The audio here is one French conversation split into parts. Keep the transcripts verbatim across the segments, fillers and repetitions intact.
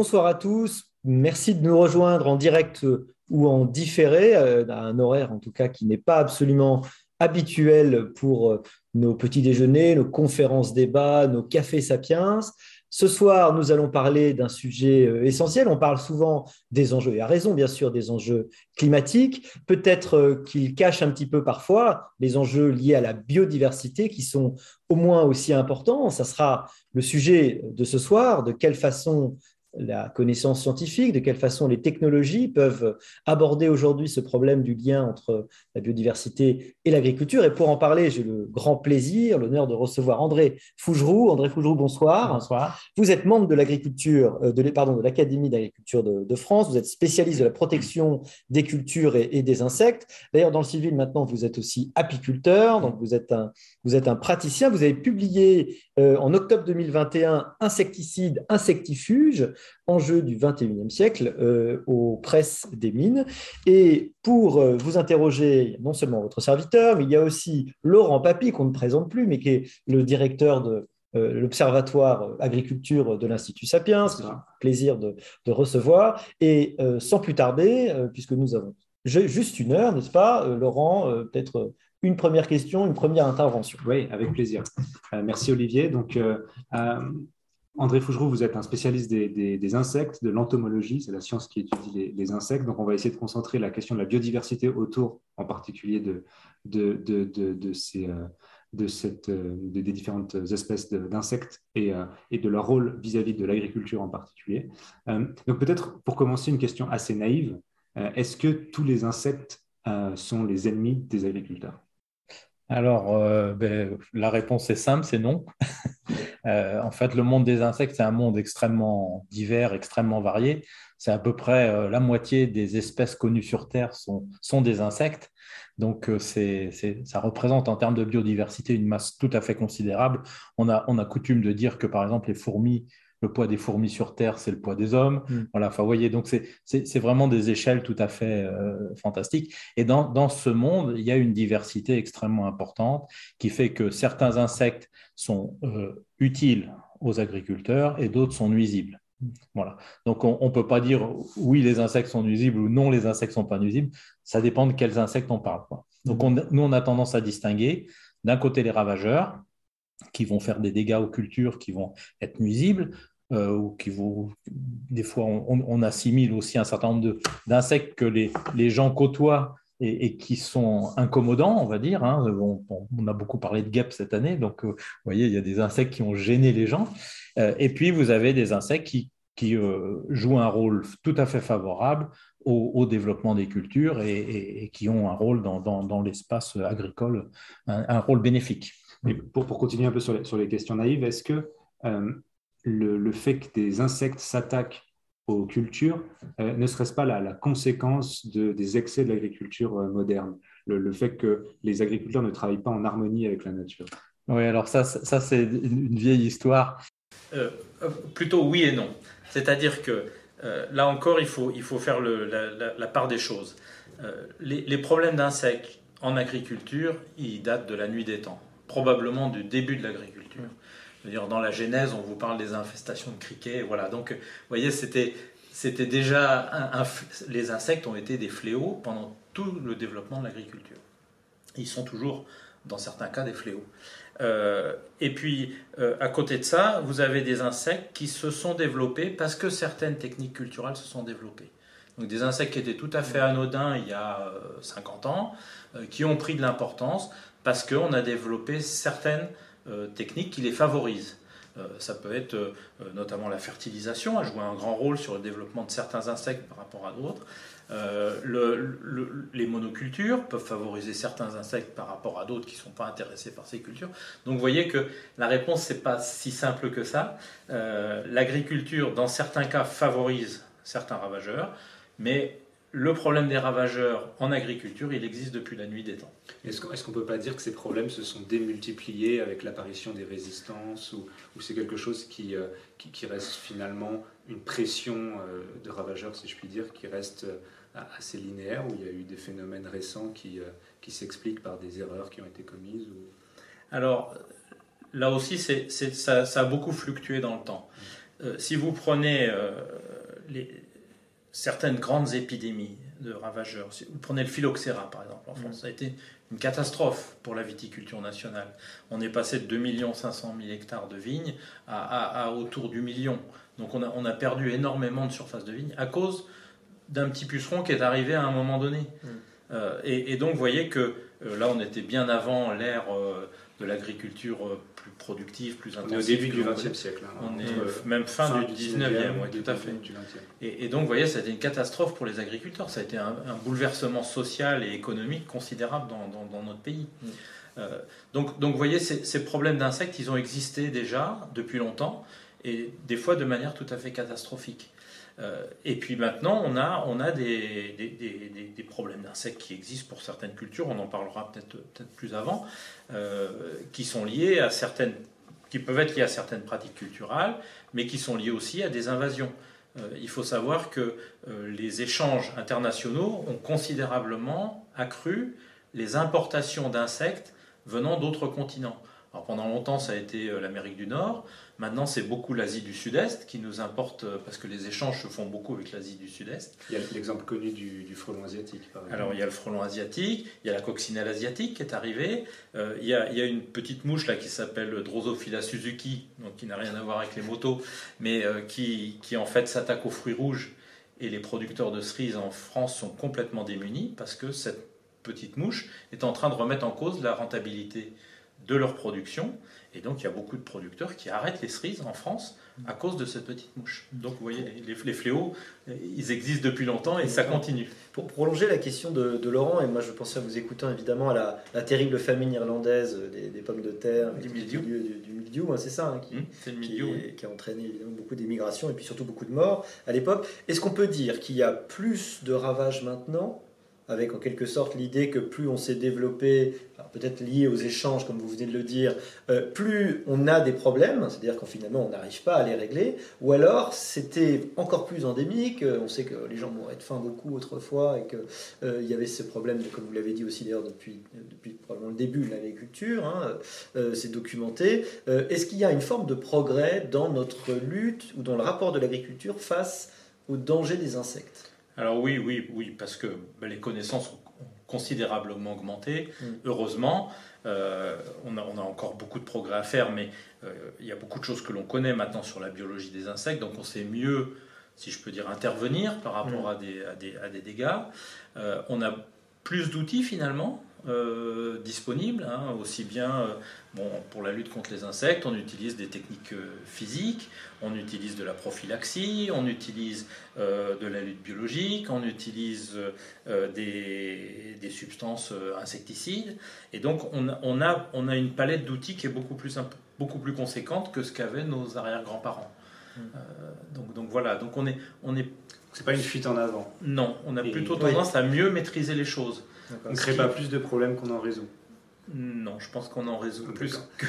Bonsoir à tous. Merci de nous rejoindre en direct euh, ou en différé, euh, à un horaire en tout cas qui n'est pas absolument habituel pour euh, nos petits déjeuners, nos conférences débats, nos cafés sapiens. Ce soir, nous allons parler d'un sujet euh, essentiel. On parle souvent des enjeux, et à raison bien sûr, des enjeux climatiques. Peut-être euh, qu'ils cachent un petit peu parfois les enjeux liés à la biodiversité qui sont au moins aussi importants. Ça sera le sujet de ce soir, de quelle façon la connaissance scientifique, de quelle façon les technologies peuvent aborder aujourd'hui ce problème du lien entre la biodiversité et l'agriculture. Et pour en parler, j'ai le grand plaisir, l'honneur de recevoir André Fougeroux. André Fougeroux, bonsoir. Bonsoir. Vous êtes membre de l'agriculture, euh, de, pardon, de l'Académie d'agriculture de, de France. Vous êtes spécialiste de la protection des cultures et, et des insectes. D'ailleurs, dans le civil, maintenant, vous êtes aussi apiculteur. Donc, vous êtes un, vous êtes un praticien. Vous avez publié euh, en octobre deux mille vingt et un Insecticides, insectifuges, enjeux du vingt et unième siècle euh, aux presses des mines. Et pour euh, vous interroger, non seulement votre serviteur, mais il y a aussi Laurent Papy, qu'on ne présente plus, mais qui est le directeur de euh, l'Observatoire Agriculture de l'Institut Sapiens. C'est un plaisir de, de recevoir. Et euh, sans plus tarder, euh, puisque nous avons juste une heure, n'est-ce pas, euh, Laurent, euh, peut-être une première question, une première intervention. Oui, avec plaisir. Euh, merci Olivier. Donc, euh, euh, André Fougeroux, vous êtes un spécialiste des, des, des insectes, de l'entomologie, c'est la science qui étudie les, les insectes. Donc, on va essayer de concentrer la question de la biodiversité autour, en particulier de, de, de, de, de ces, euh, de cette, euh, de, des différentes espèces d'insectes et, euh, et de leur rôle vis-à-vis de l'agriculture en particulier. Euh, donc, peut-être pour commencer, une question assez naïve. Euh, Est-ce que tous les insectes euh, sont les ennemis des agriculteurs? Alors, euh, ben, la réponse est simple, c'est non. Euh, en fait, le monde des insectes, c'est un monde extrêmement divers, extrêmement varié. C'est à peu près euh, la moitié des espèces connues sur Terre sont, sont des insectes. Donc, euh, c'est, c'est, ça représente en termes de biodiversité une masse tout à fait considérable. On a, on a coutume de dire que, par exemple, les fourmis, le poids des fourmis sur Terre, c'est le poids des hommes. Mm. Voilà, enfin, vous voyez, donc c'est, c'est, c'est vraiment des échelles tout à fait euh, fantastiques. Et dans, dans ce monde, il y a une diversité extrêmement importante qui fait que certains insectes sont euh, utiles aux agriculteurs et d'autres sont nuisibles. Voilà. Donc, on ne peut pas dire oui, les insectes sont nuisibles ou non, les insectes ne sont pas nuisibles. Ça dépend de quels insectes on parle, quoi. Donc, on, nous, on a tendance à distinguer d'un côté les ravageurs qui vont faire des dégâts aux cultures qui vont être nuisibles, euh, ou qui vont, des fois, on, on assimile aussi un certain nombre d'insectes que les, les gens côtoient et, et qui sont incommodants, on va dire. Hein. On, on a beaucoup parlé de guêpes cette année, donc euh, vous voyez, il y a des insectes qui ont gêné les gens. Euh, et puis, vous avez des insectes qui, qui euh, jouent un rôle tout à fait favorable au, au développement des cultures et, et, et qui ont un rôle dans, dans, dans l'espace agricole, un, un rôle bénéfique. Et pour, pour continuer un peu sur les, sur les questions naïves, est-ce que euh, le, le fait que des insectes s'attaquent aux cultures, euh, ne serait-ce pas la, la conséquence de, des excès de l'agriculture euh, moderne, le, le fait que les agriculteurs ne travaillent pas en harmonie avec la nature? Oui, alors ça, ça c'est une vieille histoire. Euh, plutôt oui et non. C'est-à-dire que euh, là encore, il faut, il faut faire le, la, la, la part des choses. Euh, les, les problèmes d'insectes en agriculture, ils datent de la nuit des temps, probablement du début de l'agriculture. D'ailleurs, dans la Genèse, on vous parle des infestations de criquets. Voilà. Donc, vous voyez, c'était, c'était déjà un, un, les insectes ont été des fléaux pendant tout le développement de l'agriculture. Ils sont toujours, dans certains cas, des fléaux. Euh, et puis, euh, à côté de ça, vous avez des insectes qui se sont développés parce que certaines techniques culturelles se sont développées. Donc, des insectes qui étaient tout à fait anodins il y a euh, cinquante ans, euh, qui ont pris de l'importance parce qu'on a développé certaines euh, techniques qui les favorisent. Euh, ça peut être euh, notamment la fertilisation, a joué un grand rôle sur le développement de certains insectes par rapport à d'autres. Euh, le, le, les monocultures peuvent favoriser certains insectes par rapport à d'autres qui ne sont pas intéressés par ces cultures. Donc vous voyez que la réponse, ce n'est pas si simple que ça. Euh, l'agriculture, dans certains cas, favorise certains ravageurs, mais le problème des ravageurs en agriculture, il existe depuis la nuit des temps. Est-ce qu'on est-ce qu'on ne peut pas dire que ces problèmes se sont démultipliés avec l'apparition des résistances, ou, ou c'est quelque chose qui, euh, qui, qui reste finalement une pression euh, de ravageurs, si je puis dire, qui reste euh, assez linéaire, où il y a eu des phénomènes récents qui, euh, qui s'expliquent par des erreurs qui ont été commises ou... Alors, là aussi, c'est, c'est, ça, ça a beaucoup fluctué dans le temps. Mmh. Euh, si vous prenez... Euh, les, certaines grandes épidémies de ravageurs, si vous prenez le phylloxéra par exemple en France, mmh. ça a été une catastrophe pour la viticulture nationale. On est passé de deux millions cinq cent mille hectares de vignes à, à, à autour du million. Donc on a, on a perdu énormément de surface de vignes à cause d'un petit puceron qui est arrivé à un moment donné. Mmh. Euh, et, et donc vous voyez que euh, là on était bien avant l'ère euh, de l'agriculture euh, plus productive, plus intensive. On est au début du vingtième siècle. Hein, on est euh, même fin, fin du dix-neuvième, ouais, tout à fait. Et, et donc vous voyez, ça a été une catastrophe pour les agriculteurs. Ça a été un, un bouleversement social et économique considérable dans, dans, dans notre pays. Mmh. Euh, donc, donc vous voyez, ces, ces problèmes d'insectes, ils ont existé déjà depuis longtemps et des fois de manière tout à fait catastrophique. Euh, et puis maintenant, on a, on a des, des, des, des problèmes d'insectes qui existent pour certaines cultures, on en parlera peut-être peut-être plus avant, euh, qui sont liés à certaines, qui peuvent être liés à certaines pratiques culturelles, mais qui sont liés aussi à des invasions. Euh, il faut savoir que euh, les échanges internationaux ont considérablement accru les importations d'insectes venant d'autres continents. Alors pendant longtemps, ça a été l'Amérique du Nord. Maintenant, c'est beaucoup l'Asie du Sud-Est qui nous importe, parce que les échanges se font beaucoup avec l'Asie du Sud-Est. Il y a l'exemple connu du, du frelon asiatique, par exemple. Alors, il y a le frelon asiatique, il y a la coccinelle asiatique qui est arrivée. Euh, il, y a, il y a une petite mouche là qui s'appelle Drosophila suzuki, donc qui n'a rien à voir avec les motos, mais euh, qui, qui en fait s'attaque aux fruits rouges. Et les producteurs de cerises en France sont complètement démunis parce que cette petite mouche est en train de remettre en cause la rentabilité de leur production, et donc il y a beaucoup de producteurs qui arrêtent les cerises en France à cause de cette petite mouche. Donc vous voyez, les, les fléaux, ils existent depuis longtemps et ça continue. Pour prolonger la question de, de Laurent, et moi je pensais à vous écoutant évidemment à la, la terrible famine irlandaise des, des pommes de terre, du mildiou, du, du, du mildiou, hein, c'est ça, hein, qui, mmh, c'est le mildiou, qui, oui. qui a entraîné évidemment beaucoup d'émigration et puis surtout beaucoup de morts à l'époque. Est-ce qu'on peut dire qu'il y a plus de ravages maintenant, avec en quelque sorte l'idée que plus on s'est développé, peut-être lié aux échanges comme vous venez de le dire, euh, plus on a des problèmes, c'est-à-dire qu'en finalement on n'arrive pas à les régler, ou alors c'était encore plus endémique, on sait que les gens mouraient de faim beaucoup autrefois et qu'il euh, y avait ce problème, de, comme vous l'avez dit aussi d'ailleurs depuis, depuis probablement le début de l'agriculture, hein, euh, c'est documenté. Euh, est-ce qu'il y a une forme de progrès dans notre lutte ou dans le rapport de l'agriculture face au danger des insectes ? Alors oui, oui, oui, parce que ben, les connaissances ont considérablement augmenté, mmh. heureusement. Euh, on, a, on a encore beaucoup de progrès à faire, mais euh, il y a beaucoup de choses que l'on connaît maintenant sur la biologie des insectes, donc on sait mieux, si je peux dire, intervenir par rapport mmh. à, des, à, des, à des dégâts. Euh, on a plus d'outils finalement euh, disponibles, hein, aussi bien euh, bon, pour la lutte contre les insectes, on utilise des techniques euh, physiques, on utilise de la prophylaxie, on utilise euh, de la lutte biologique, on utilise euh, des, des substances euh, insecticides, et donc on a, on a, on a une palette d'outils qui est beaucoup plus, beaucoup plus conséquente que ce qu'avaient nos arrière-grands-parents. Mmh. Euh, donc, donc voilà, donc on est... On est c'est pas une fuite en avant. Non, on a plutôt tendance oui. à mieux maîtriser les choses. D'accord. On ne crée pas plus de problèmes qu'on en résout. Non, je pense qu'on en résout oh, plus. Que...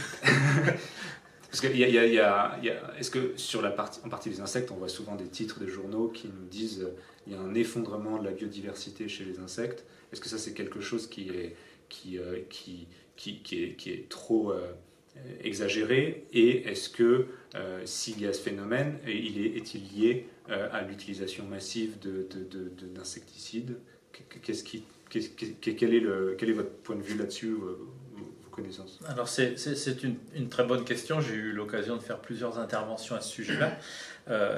Parce qu'il y a, il y a, il y a, il y a, est-ce que sur la partie, en partie des insectes, on voit souvent des titres de journaux qui nous disent euh, il y a un effondrement de la biodiversité chez les insectes. Est-ce que ça c'est quelque chose qui est, qui, euh, qui, qui, qui, est, qui est trop euh, exagéré? Et est-ce que euh, s'il y a ce phénomène, il est, est-il lié euh, à l'utilisation massive de, de, de, de, d'insecticides? Qu'est-ce qui, qu'est-ce, quel, est le, quel est votre point de vue là-dessus, vos, vos connaissances? Alors c'est, c'est, c'est une, une très bonne question. J'ai eu l'occasion de faire plusieurs interventions à ce sujet-là. Euh,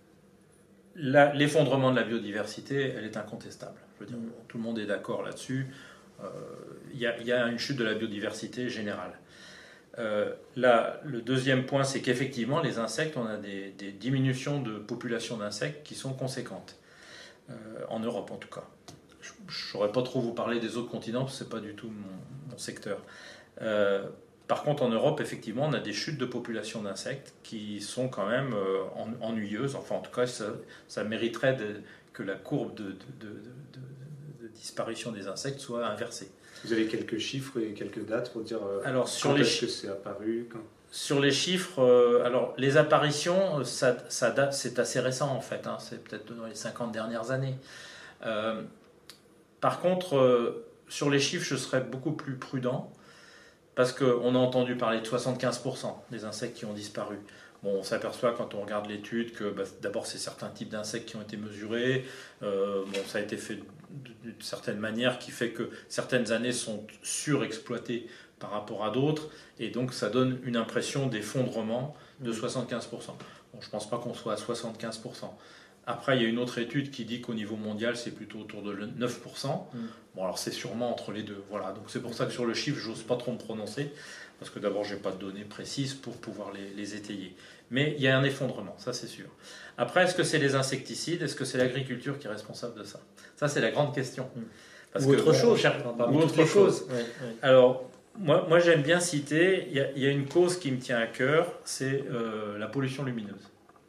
la, l'effondrement de la biodiversité, elle est incontestable. Je veux dire, tout le monde est d'accord là-dessus. Il euh, y, y a une chute de la biodiversité générale. Euh, là, le deuxième point, c'est qu'effectivement, les insectes, on a des, des diminutions de population d'insectes qui sont conséquentes, euh, en Europe en tout cas. Je ne saurais pas trop vous parler des autres continents, parce que ce n'est pas du tout mon, mon secteur. Euh, par contre, en Europe, effectivement, on a des chutes de population d'insectes qui sont quand même euh, ennuyeuses. Enfin, en tout cas, ça, ça mériterait de, que la courbe de, de, de, de, de disparition des insectes soit inversée. Vous avez quelques chiffres et quelques dates pour dire euh, alors, sur quand les est-ce chi- que c'est apparu quand... Sur les chiffres, euh, alors les apparitions, ça, ça date, c'est assez récent en fait, hein, c'est peut-être dans les cinquante dernières années. Euh, par contre, euh, sur les chiffres, je serais beaucoup plus prudent parce qu'on a entendu parler de soixante-quinze pour cent des insectes qui ont disparu. Bon, on s'aperçoit quand on regarde l'étude que bah, d'abord c'est certains types d'insectes qui ont été mesurés. Euh, bon, ça a été fait d'une certaine manière qui fait que certaines années sont surexploitées par rapport à d'autres, et donc ça donne une impression d'effondrement de soixante-quinze pour cent. Bon, je ne pense pas qu'on soit à soixante-quinze pour cent. Après, il y a une autre étude qui dit qu'au niveau mondial, c'est plutôt autour de neuf pour cent. Mm. Bon, alors c'est sûrement entre les deux. Voilà. Donc c'est pour ça que sur le chiffre, j'ose pas trop me prononcer, parce que d'abord, j'ai pas de données précises pour pouvoir les, les étayer. Mais il y a un effondrement, ça c'est sûr. Après, est-ce que c'est les insecticides? Est-ce que c'est l'agriculture qui est responsable de ça? Ça, c'est la grande question. Mm. Parce ou, que, autre bon, chose, cherche, enfin, ou autre chose. Ouais, ouais. Alors, moi, moi j'aime bien citer, il y, a, il y a une cause qui me tient à cœur, c'est euh, la pollution lumineuse.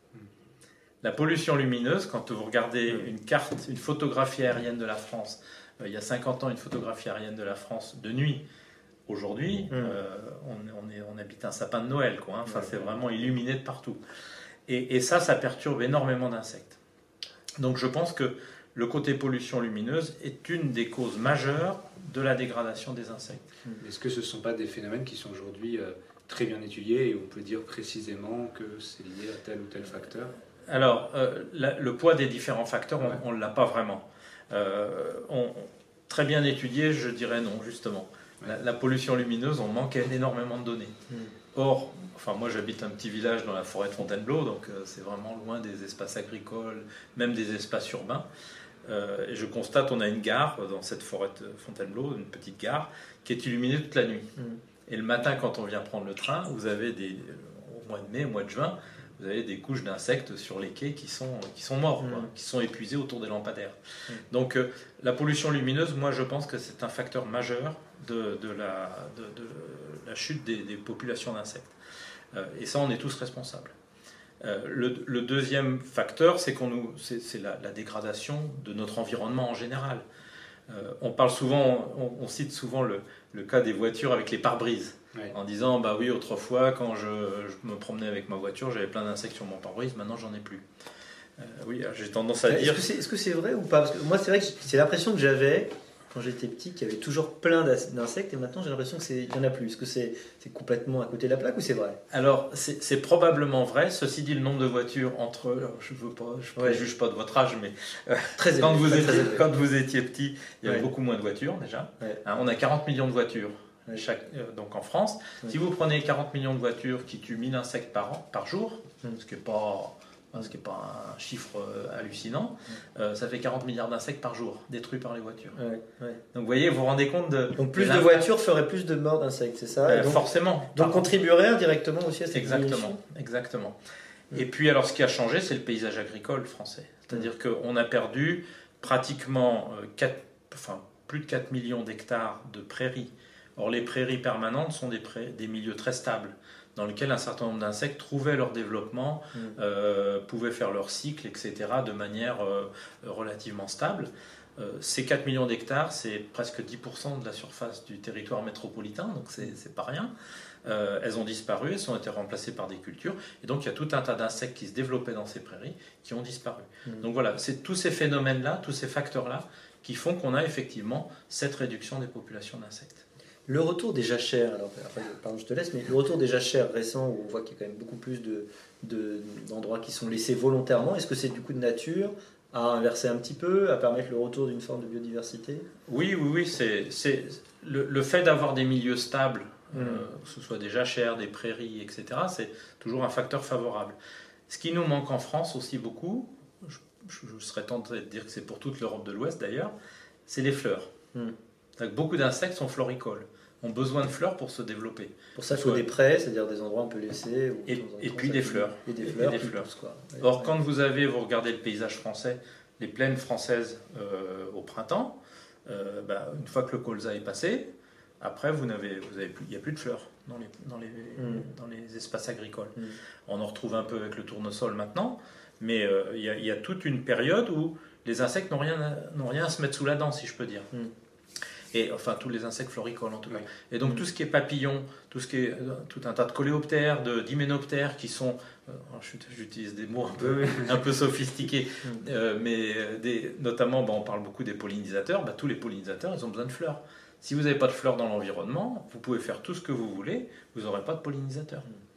La pollution lumineuse, quand vous regardez une carte, une photographie aérienne de la France, euh, il y a cinquante ans, une photographie aérienne de la France de nuit, aujourd'hui, mmh. euh, on, on, est, on habite un sapin de Noël, quoi, hein. Enfin, c'est vraiment illuminé de partout. Et, et ça, ça perturbe énormément d'insectes. Donc je pense que le côté pollution lumineuse est une des causes majeures de la dégradation des insectes. Est-ce que ce ne sont pas des phénomènes qui sont aujourd'hui euh, très bien étudiés et on peut dire précisément que c'est lié à tel ou tel facteur? Alors, euh, la, le poids des différents facteurs, on ne l'a pas vraiment. Euh, on, très bien étudié, je dirais non, justement. Ouais. La, la pollution lumineuse, on manque énormément de données. Mm. Or, enfin, moi j'habite un petit village dans la forêt de Fontainebleau, donc euh, c'est vraiment loin des espaces agricoles, même des espaces urbains. Euh, et je constate, on a une gare dans cette forêt de Fontainebleau, une petite gare, qui est illuminée toute la nuit. Mm. Et le matin, quand on vient prendre le train, vous avez des, au mois de mai, au mois de juin, vous avez des couches d'insectes sur les quais qui sont, qui sont morts, mmh. quoi, qui sont épuisés autour des lampadaires. Mmh. Donc euh, la pollution lumineuse, moi je pense que c'est un facteur majeur de, de, la, de, de la chute des, des populations d'insectes. Euh, et ça, on est tous responsables. Euh, le, le deuxième facteur, c'est, qu'on nous, c'est, c'est la, la dégradation de notre environnement en général. Euh, on parle souvent, on, on cite souvent le, le cas des voitures avec les pare-brises. Oui. En disant, bah oui, autrefois, quand je, je me promenais avec ma voiture, j'avais plein d'insectes sur mon pare-brise, maintenant j'en ai plus. Euh, oui, j'ai tendance à est-ce dire... Que c'est, est-ce que c'est vrai ou pas? Parce que moi, c'est vrai que c'est l'impression que j'avais quand j'étais petit, qu'il y avait toujours plein d'insectes, et maintenant j'ai l'impression qu'il n'y en a plus. Est-ce que c'est, c'est complètement à côté de la plaque ou c'est vrai? Alors, c'est, c'est probablement vrai. Ceci dit, le nombre de voitures entre... Alors, je ne je ouais. juge pas de votre âge, mais euh, très quand, élevé, vous étiez, très quand vous étiez petit, il y avait ouais. beaucoup moins de voitures déjà. Ouais. Hein, on a quarante millions de voitures. Chaque, euh, donc en France, oui. Si vous prenez quarante millions de voitures qui tuent mille insectes par an, par jour, mm. ce qui n'est pas, pas un chiffre euh, hallucinant, mm. euh, ça fait quarante milliards d'insectes par jour détruits par les voitures. Ouais, ouais. Donc vous voyez, vous vous rendez compte de... Donc plus de, de voitures ferait plus de morts d'insectes, c'est ça? euh, donc, Forcément. Donc contribuerait indirectement aussi à cette Exactement, exactement. Mm. Et puis alors ce qui a changé, c'est le paysage agricole français. C'est-à-dire mm. qu'on a perdu pratiquement euh, quatre, enfin, plus de quatre millions d'hectares de prairies. Or, les prairies permanentes sont des, prairies, des milieux très stables, dans lesquels un certain nombre d'insectes trouvaient leur développement, mmh. euh, pouvaient faire leur cycle, et cetera, de manière euh, relativement stable. Euh, ces quatre millions d'hectares, c'est presque dix pour cent de la surface du territoire métropolitain, donc c'est, c'est pas rien. Euh, elles ont disparu, elles ont été remplacées par des cultures, et donc il y a tout un tas d'insectes qui se développaient dans ces prairies qui ont disparu. Mmh. Donc voilà, c'est tous ces phénomènes-là, tous ces facteurs-là, qui font qu'on a effectivement cette réduction des populations d'insectes. Le retour des jachères, alors après, pardon, je te laisse, mais le retour des jachères récents, où on voit qu'il y a quand même beaucoup plus de, de, d'endroits qui sont laissés volontairement, est-ce que c'est du coup de nature à inverser un petit peu, à permettre le retour d'une forme de biodiversité? Oui, oui, oui. C'est, c'est le, le fait d'avoir des milieux stables, mmh. euh, que ce soit des jachères, des prairies, et cetera, c'est toujours un facteur favorable. Ce qui nous manque en France aussi beaucoup, je, je serais tenté de dire que c'est pour toute l'Europe de l'Ouest d'ailleurs, c'est les fleurs. Mmh. Beaucoup d'insectes sont floricoles, ont besoin de fleurs pour se développer. Pour ça, il faut des prés, c'est-à-dire des endroits un peu laissés. Où et, et puis des fleurs. Et des fleurs. Et des fleurs. Quoi. Or, ouais. Quand vous avez, vous regardez le paysage français, les plaines françaises euh, au printemps, euh, bah, une fois que le colza est passé, après, vous n'avez, vous avez plus, il n'y a plus de fleurs dans les, dans les, mm. dans les espaces agricoles. Mm. On en retrouve un peu avec le tournesol maintenant, mais euh, il y a, il y a toute une période où les insectes n'ont rien, à, n'ont rien à se mettre sous la dent, si je peux dire. Mm. Et enfin tous les insectes floricoles en tout cas. Oui. Et donc mmh. tout ce qui est papillons, tout ce qui est tout un tas de coléoptères, de d'hyménoptères qui sont, euh, j'utilise des mots un peu un peu sophistiqués, mmh. euh, mais des, notamment, bah, on parle beaucoup des pollinisateurs. Bah, tous les pollinisateurs, ils ont besoin de fleurs. Si vous n'avez pas de fleurs dans l'environnement, vous pouvez faire tout ce que vous voulez, vous n'aurez pas de pollinisateurs. Mmh.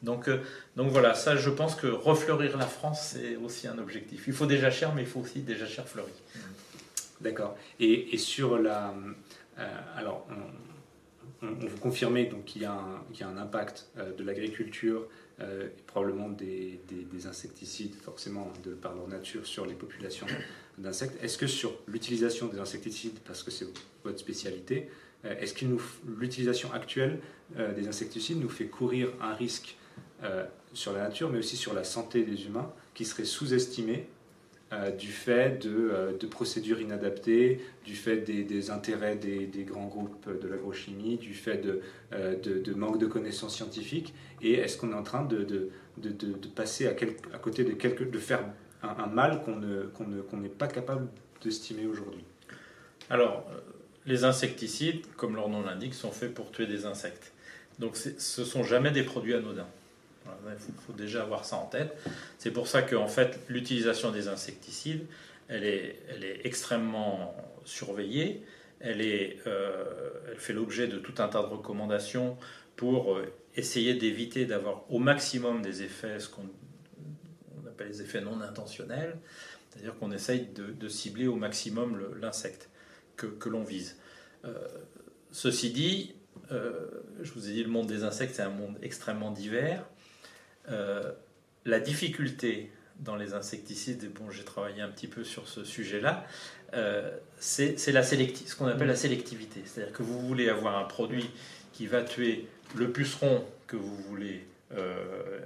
Donc, euh, donc voilà, ça je pense que refleurir la France, c'est aussi un objectif. Il faut des jachères, mais il faut aussi des jachères fleuries. D'accord. Et, et sur la... Euh, alors, on, on, on vous confirmez donc, qu'il y a un, qu'il y a un impact euh, de l'agriculture, euh, et probablement des, des, des insecticides, forcément, de par leur nature, sur les populations d'insectes. Est-ce que sur l'utilisation des insecticides, parce que c'est votre spécialité, euh, est-ce que nous, l'utilisation actuelle euh, des insecticides nous fait courir un risque euh, sur la nature, mais aussi sur la santé des humains, qui serait sous-estimé euh, du fait de, euh, de procédures inadaptées, du fait des, des intérêts des, des grands groupes de l'agrochimie, du fait de, euh, de, de manque de connaissances scientifiques? Et est-ce qu'on est en train de, de, de, de, de passer à, quel, à côté de, quelque, de faire un, un mal qu'on ne, qu'on ne, qu'on n'est pas capable d'estimer aujourd'hui? Alors, les insecticides, comme leur nom l'indique, sont faits pour tuer des insectes. Donc ce ne sont jamais des produits anodins. Il faut, faut déjà avoir ça en tête. C'est pour ça que en fait, l'utilisation des insecticides, elle est, elle est extrêmement surveillée. Elle, est, euh, elle fait l'objet de tout un tas de recommandations pour essayer d'éviter d'avoir au maximum des effets, ce qu'on on appelle les effets non intentionnels. C'est-à-dire qu'on essaye de, de cibler au maximum le, l'insecte que, que l'on vise. Euh, ceci dit, euh, je vous ai dit, le monde des insectes, c'est un monde extrêmement divers. Euh, la difficulté dans les insecticides, et bon, j'ai travaillé un petit peu sur ce sujet-là, euh, c'est, c'est la sélecti- ce qu'on appelle la sélectivité. C'est-à-dire que vous voulez avoir un produit qui va tuer le puceron que vous voulez euh,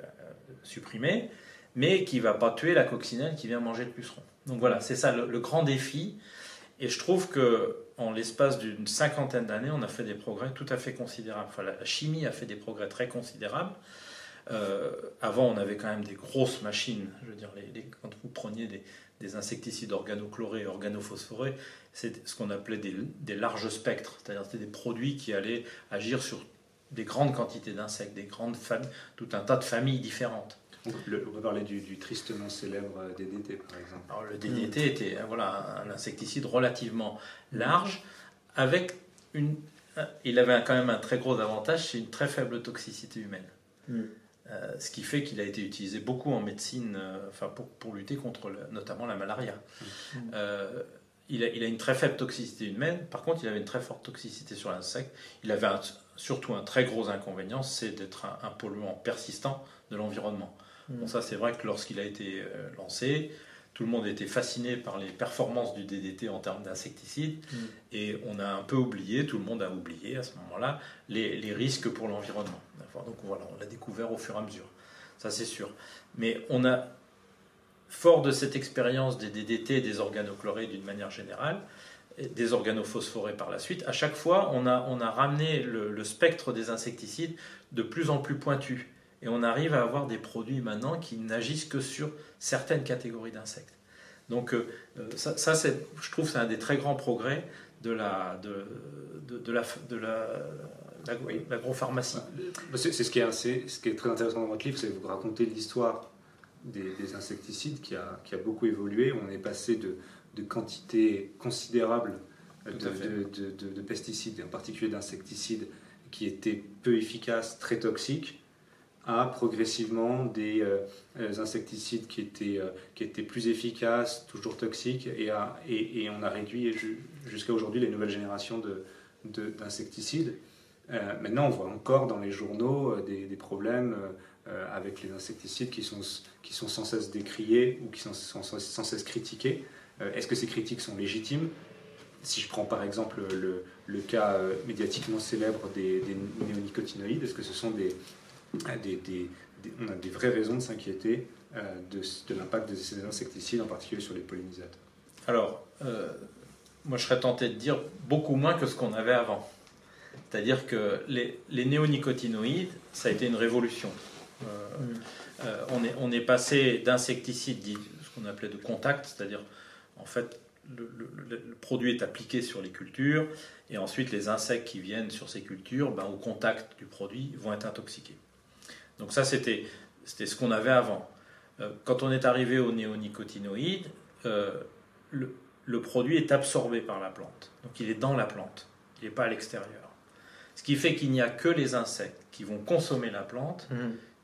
supprimer, mais qui ne va pas tuer la coccinelle qui vient manger le puceron. Donc voilà, c'est ça le, le grand défi. Et je trouve qu'en l'espace d'une cinquantaine d'années, on a fait des progrès tout à fait considérables. Enfin, la, la chimie a fait des progrès très considérables. Euh, avant, on avait quand même des grosses machines. Je veux dire, les, les, quand vous preniez des, des insecticides organochlorés et organophosphorés, c'est ce qu'on appelait des, des larges spectres. C'est-à-dire c'était des produits qui allaient agir sur des grandes quantités d'insectes, des grandes familles, tout un tas de familles différentes. Le, on peut parler du, du tristement célèbre D D T, par exemple. Alors, le D D T était voilà, un insecticide relativement large, avec une... Il avait quand même un très gros avantage, c'est une très faible toxicité humaine. Mm. Euh, ce qui fait qu'il a été utilisé beaucoup en médecine, euh, enfin pour, pour lutter contre le, notamment la malaria. Mm. Euh, il, a, il a une très faible toxicité humaine, par contre il avait une très forte toxicité sur l'insecte. Il avait un, surtout un très gros inconvénient, c'est d'être un, un polluant persistant de l'environnement. Bon, ça, c'est vrai que lorsqu'il a été euh, lancé, tout le monde était fasciné par les performances du D D T en termes d'insecticides, mm. et on a un peu oublié, tout le monde a oublié à ce moment-là, les, les risques pour l'environnement. Enfin, donc voilà, on l'a découvert au fur et à mesure, ça c'est sûr. Mais on a, fort de cette expérience des D D T et des organochlorés d'une manière générale, des organophosphorés par la suite, à chaque fois, on a, on a ramené le, le spectre des insecticides de plus en plus pointu. Et on arrive à avoir des produits maintenant qui n'agissent que sur certaines catégories d'insectes. Donc euh, ça, ça c'est, je trouve que c'est un des très grands progrès de, la, de, de, de, la, de la, la, oui, l'agropharmacie. C'est, c'est, ce qui est assez, ce qui est très intéressant dans votre livre, c'est que vous racontez l'histoire des, des insecticides qui a, qui a beaucoup évolué. On est passé de, de quantités considérables de, de, de, de, de pesticides, en particulier d'insecticides, qui étaient peu efficaces, très toxiques, à progressivement des euh, insecticides qui étaient, euh, qui étaient plus efficaces, toujours toxiques, et, à, et, et on a réduit ju- jusqu'à aujourd'hui les nouvelles générations de, de, d'insecticides. Euh, maintenant, on voit encore dans les journaux euh, des, des problèmes euh, avec les insecticides qui sont, qui sont sans cesse décriés ou qui sont, sont sans cesse critiqués. Euh, est-ce que ces critiques sont légitimes ? Si je prends par exemple le, le cas euh, médiatiquement célèbre des, des néonicotinoïdes, est-ce que ce sont des Des, des, des, on a des vraies raisons de s'inquiéter euh, de, de l'impact de ces insecticides, en particulier sur les pollinisateurs? Alors, euh, moi je serais tenté de dire beaucoup moins que ce qu'on avait avant. C'est-à-dire que les, les néonicotinoïdes, ça a été une révolution. Euh, mmh. euh, on, est, on est passé d'insecticides, ce qu'on appelait de contact, c'est-à-dire en fait le, le, le produit est appliqué sur les cultures et ensuite les insectes qui viennent sur ces cultures, ben, au contact du produit, vont être intoxiqués. Donc ça, c'était, c'était ce qu'on avait avant. Euh, quand on est arrivé aux néonicotinoïdes, euh, le, le produit est absorbé par la plante. Donc il est dans la plante, il n'est pas à l'extérieur. Ce qui fait qu'il n'y a que les insectes qui vont consommer la plante, mmh.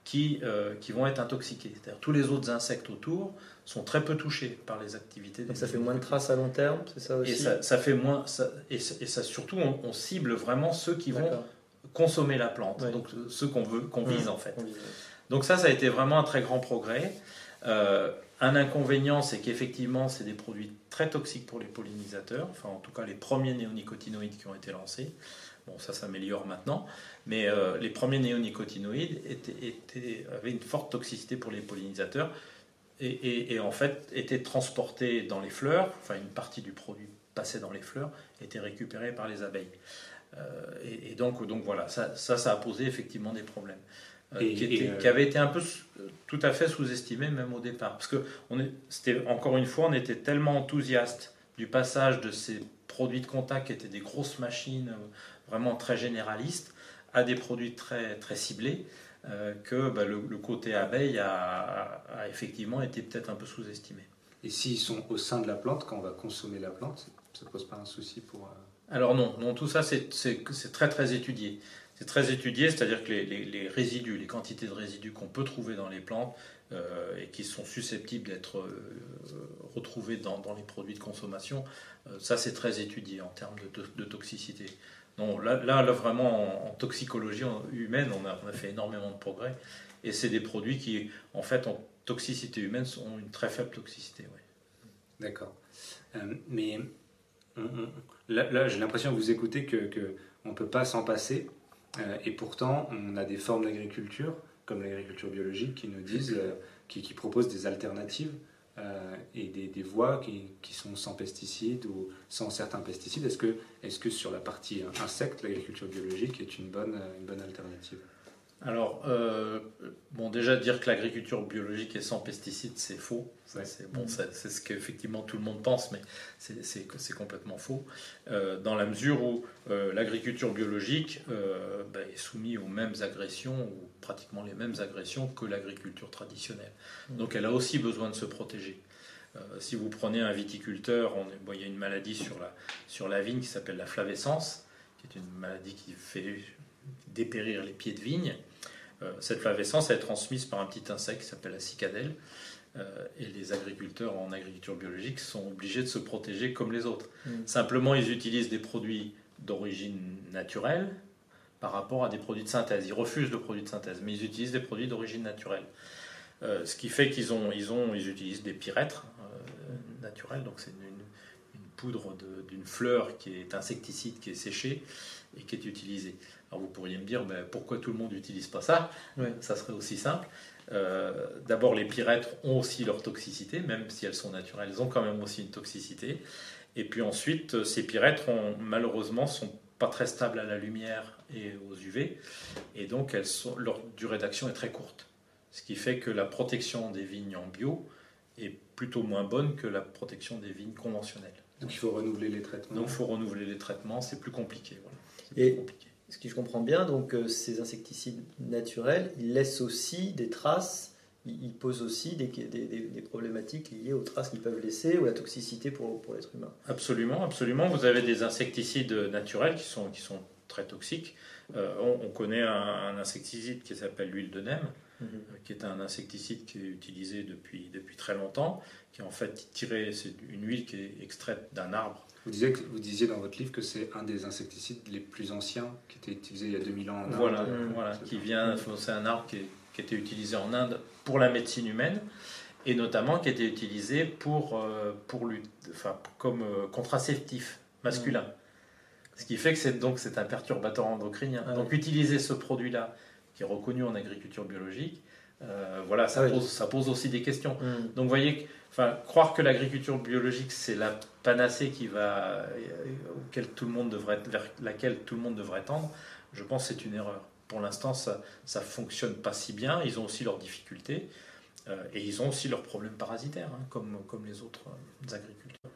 qui, euh, qui vont être intoxiqués. C'est-à-dire tous les autres insectes autour sont très peu touchés par les activités. Donc ça fait moins de traces à long terme, c'est ça aussi. Et ça, ça fait moins, ça, et, et ça surtout, on, on cible vraiment ceux qui vont consommer la plante, ouais. donc ceux qu'on veut, qu'on vise en fait. Donc ça, ça a été vraiment un très grand progrès. Euh, un inconvénient, c'est qu'effectivement, c'est des produits très toxiques pour les pollinisateurs, enfin en tout cas les premiers néonicotinoïdes qui ont été lancés. Bon, ça s'améliore maintenant, mais euh, les premiers néonicotinoïdes étaient, étaient, avaient une forte toxicité pour les pollinisateurs et, et, et en fait étaient transportés dans les fleurs, enfin une partie du produit passait dans les fleurs, était récupérée par les abeilles. Euh, et, et donc, donc voilà, ça, ça, ça a posé effectivement des problèmes. Et, qui, était, euh... qui avait été un peu tout à fait sous-estimé même au départ. Parce que, on est, c'était, encore une fois, on était tellement enthousiaste du passage de ces produits de contact qui étaient des grosses machines vraiment très généralistes à des produits très, très ciblés euh, que bah, le, le côté abeille a, a, a effectivement été peut-être un peu sous-estimé. Et s'ils sont au sein de la plante, quand on va consommer la plante, ça ne pose pas un souci pour... Euh... Alors non, non, tout ça c'est, c'est, c'est très très étudié. C'est très étudié, c'est-à-dire que les, les, les résidus, les quantités de résidus qu'on peut trouver dans les plantes euh, et qui sont susceptibles d'être euh, retrouvés dans, dans les produits de consommation, euh, ça c'est très étudié en termes de, de, de toxicité. Non, là, là, là vraiment en, en toxicologie humaine, on a, on a fait énormément de progrès et c'est des produits qui, en fait, en toxicité humaine, ont une très faible toxicité. Oui. D'accord. Euh, mais on, on, là, là, j'ai l'impression de vous écouter que, que on ne peut pas s'en passer. Euh, et pourtant, on a des formes d'agriculture, comme l'agriculture biologique, qui nous disent, euh, qui, qui proposent des alternatives euh, et des, des voies qui, qui sont sans pesticides ou sans certains pesticides. Est-ce que, est-ce que sur la partie insecte, l'agriculture biologique est une bonne, une bonne alternative ? Alors, euh, bon, déjà dire que l'agriculture biologique est sans pesticides, c'est faux. Ça, ouais. c'est, bon, ça, c'est ce qu'effectivement tout le monde pense, mais c'est, c'est, c'est complètement faux. Euh, dans la mesure où euh, l'agriculture biologique euh, bah, est soumise aux mêmes agressions, ou pratiquement les mêmes agressions que l'agriculture traditionnelle. Donc elle a aussi besoin de se protéger. Euh, si vous prenez un viticulteur, on est, bon, il y a une maladie sur la, sur la vigne qui s'appelle la flavescence, qui est une maladie qui fait dépérir les pieds de vigne. Euh, cette flavescence est transmise par un petit insecte qui s'appelle la cicadelle euh, et les agriculteurs en agriculture biologique sont obligés de se protéger comme les autres. Mmh. Simplement, ils utilisent des produits d'origine naturelle par rapport à des produits de synthèse. Ils refusent le produit de synthèse, mais ils utilisent des produits d'origine naturelle. Euh, ce qui fait qu'ils ont, ils ont, ils utilisent des pyrètres euh, naturels, donc c'est une, une poudre de, d'une fleur qui est insecticide, qui est séchée et qui est utilisée. Alors vous pourriez me dire, ben, pourquoi tout le monde n'utilise pas ça ? Oui. Ça serait aussi simple. Euh, d'abord, les pyrètres ont aussi leur toxicité, même si elles sont naturelles, elles ont quand même aussi une toxicité. Et puis ensuite, ces pyrètres, ont, malheureusement, sont pas très stables à la lumière et aux U V, et donc elles sont, leur durée d'action est très courte. Ce qui fait que la protection des vignes en bio est plutôt moins bonne que la protection des vignes conventionnelles. Donc il faut renouveler les traitements. Donc il faut renouveler les traitements, c'est plus compliqué. Voilà. C'est et plus compliqué. Ce que je comprends bien, donc euh, ces insecticides naturels, ils laissent aussi des traces, ils, ils posent aussi des, des, des, des problématiques liées aux traces qu'ils peuvent laisser ou à la toxicité pour, pour l'être humain. Absolument, absolument. Vous avez des insecticides naturels qui sont, qui sont très toxiques. Euh, on, on connaît un, un insecticide qui s'appelle l'huile de Neem, mmh. euh, qui est un insecticide qui est utilisé depuis, depuis très longtemps, qui est en fait tiré, c'est une huile qui est extraite d'un arbre. Vous disiez, que, vous disiez dans votre livre que c'est un des insecticides les plus anciens qui était utilisé il y a deux mille ans en Inde. Voilà, mmh. voilà qui vient, c'est un arbre qui, est, qui était utilisé en Inde pour la médecine humaine et notamment qui était utilisé pour, pour lutte, enfin, comme contraceptif masculin. Mmh. Ce qui fait que c'est, donc, c'est un perturbateur endocrinien. Ah, donc oui. Utiliser ce produit-là, qui est reconnu en agriculture biologique, euh, voilà, ça, ah, pose, oui. ça pose aussi des questions. Mmh. Donc vous voyez, enfin, croire que l'agriculture biologique, c'est la panacée qui va, auquel tout le monde devrait, vers laquelle tout le monde devrait tendre, je pense que c'est une erreur. Pour l'instant, ça ne fonctionne pas si bien. Ils ont aussi leurs difficultés euh, et ils ont aussi leurs problèmes parasitaires, hein, comme, comme les autres euh, agriculteurs.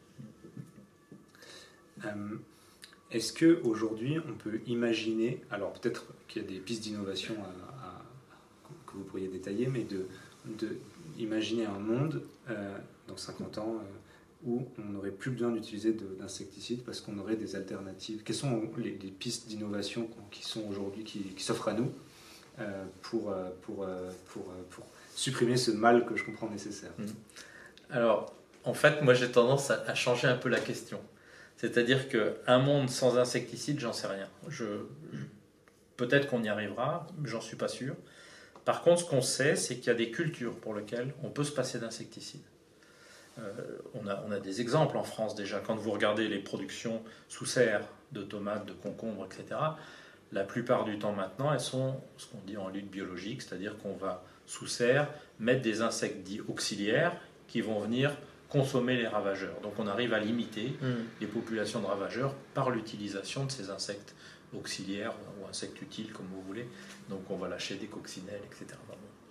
Euh, est-ce qu'aujourd'hui, on peut imaginer, alors peut-être qu'il y a des pistes d'innovation à, à, que vous pourriez détailler, mais de, de imaginer un monde euh, dans cinquante ans euh, où on n'aurait plus besoin d'utiliser de, d'insecticides parce qu'on aurait des alternatives. Quelles sont les, les pistes d'innovation qui sont aujourd'hui, qui, qui s'offrent à nous euh, pour, euh, pour, euh, pour, euh, pour supprimer ce mal que je comprends nécessaire. Mmh. Alors, en fait, moi j'ai tendance à, à changer un peu la question. C'est-à-dire qu'un monde sans insecticides, j'en sais rien. Je, je, peut-être qu'on y arrivera, mais j'en suis pas sûr. Par contre, ce qu'on sait, c'est qu'il y a des cultures pour lesquelles on peut se passer d'insecticides. Euh, on, a, on a des exemples en France déjà. Quand vous regardez les productions sous serre de tomates, de concombres, et cetera, la plupart du temps maintenant, elles sont ce qu'on dit en lutte biologique, c'est-à-dire qu'on va sous serre mettre des insectes dits auxiliaires qui vont venir consommer les ravageurs. Donc on arrive à limiter mmh. les populations de ravageurs par l'utilisation de ces insectes auxiliaires ou insectes utiles, comme vous voulez. Donc on va lâcher des coccinelles, et cetera.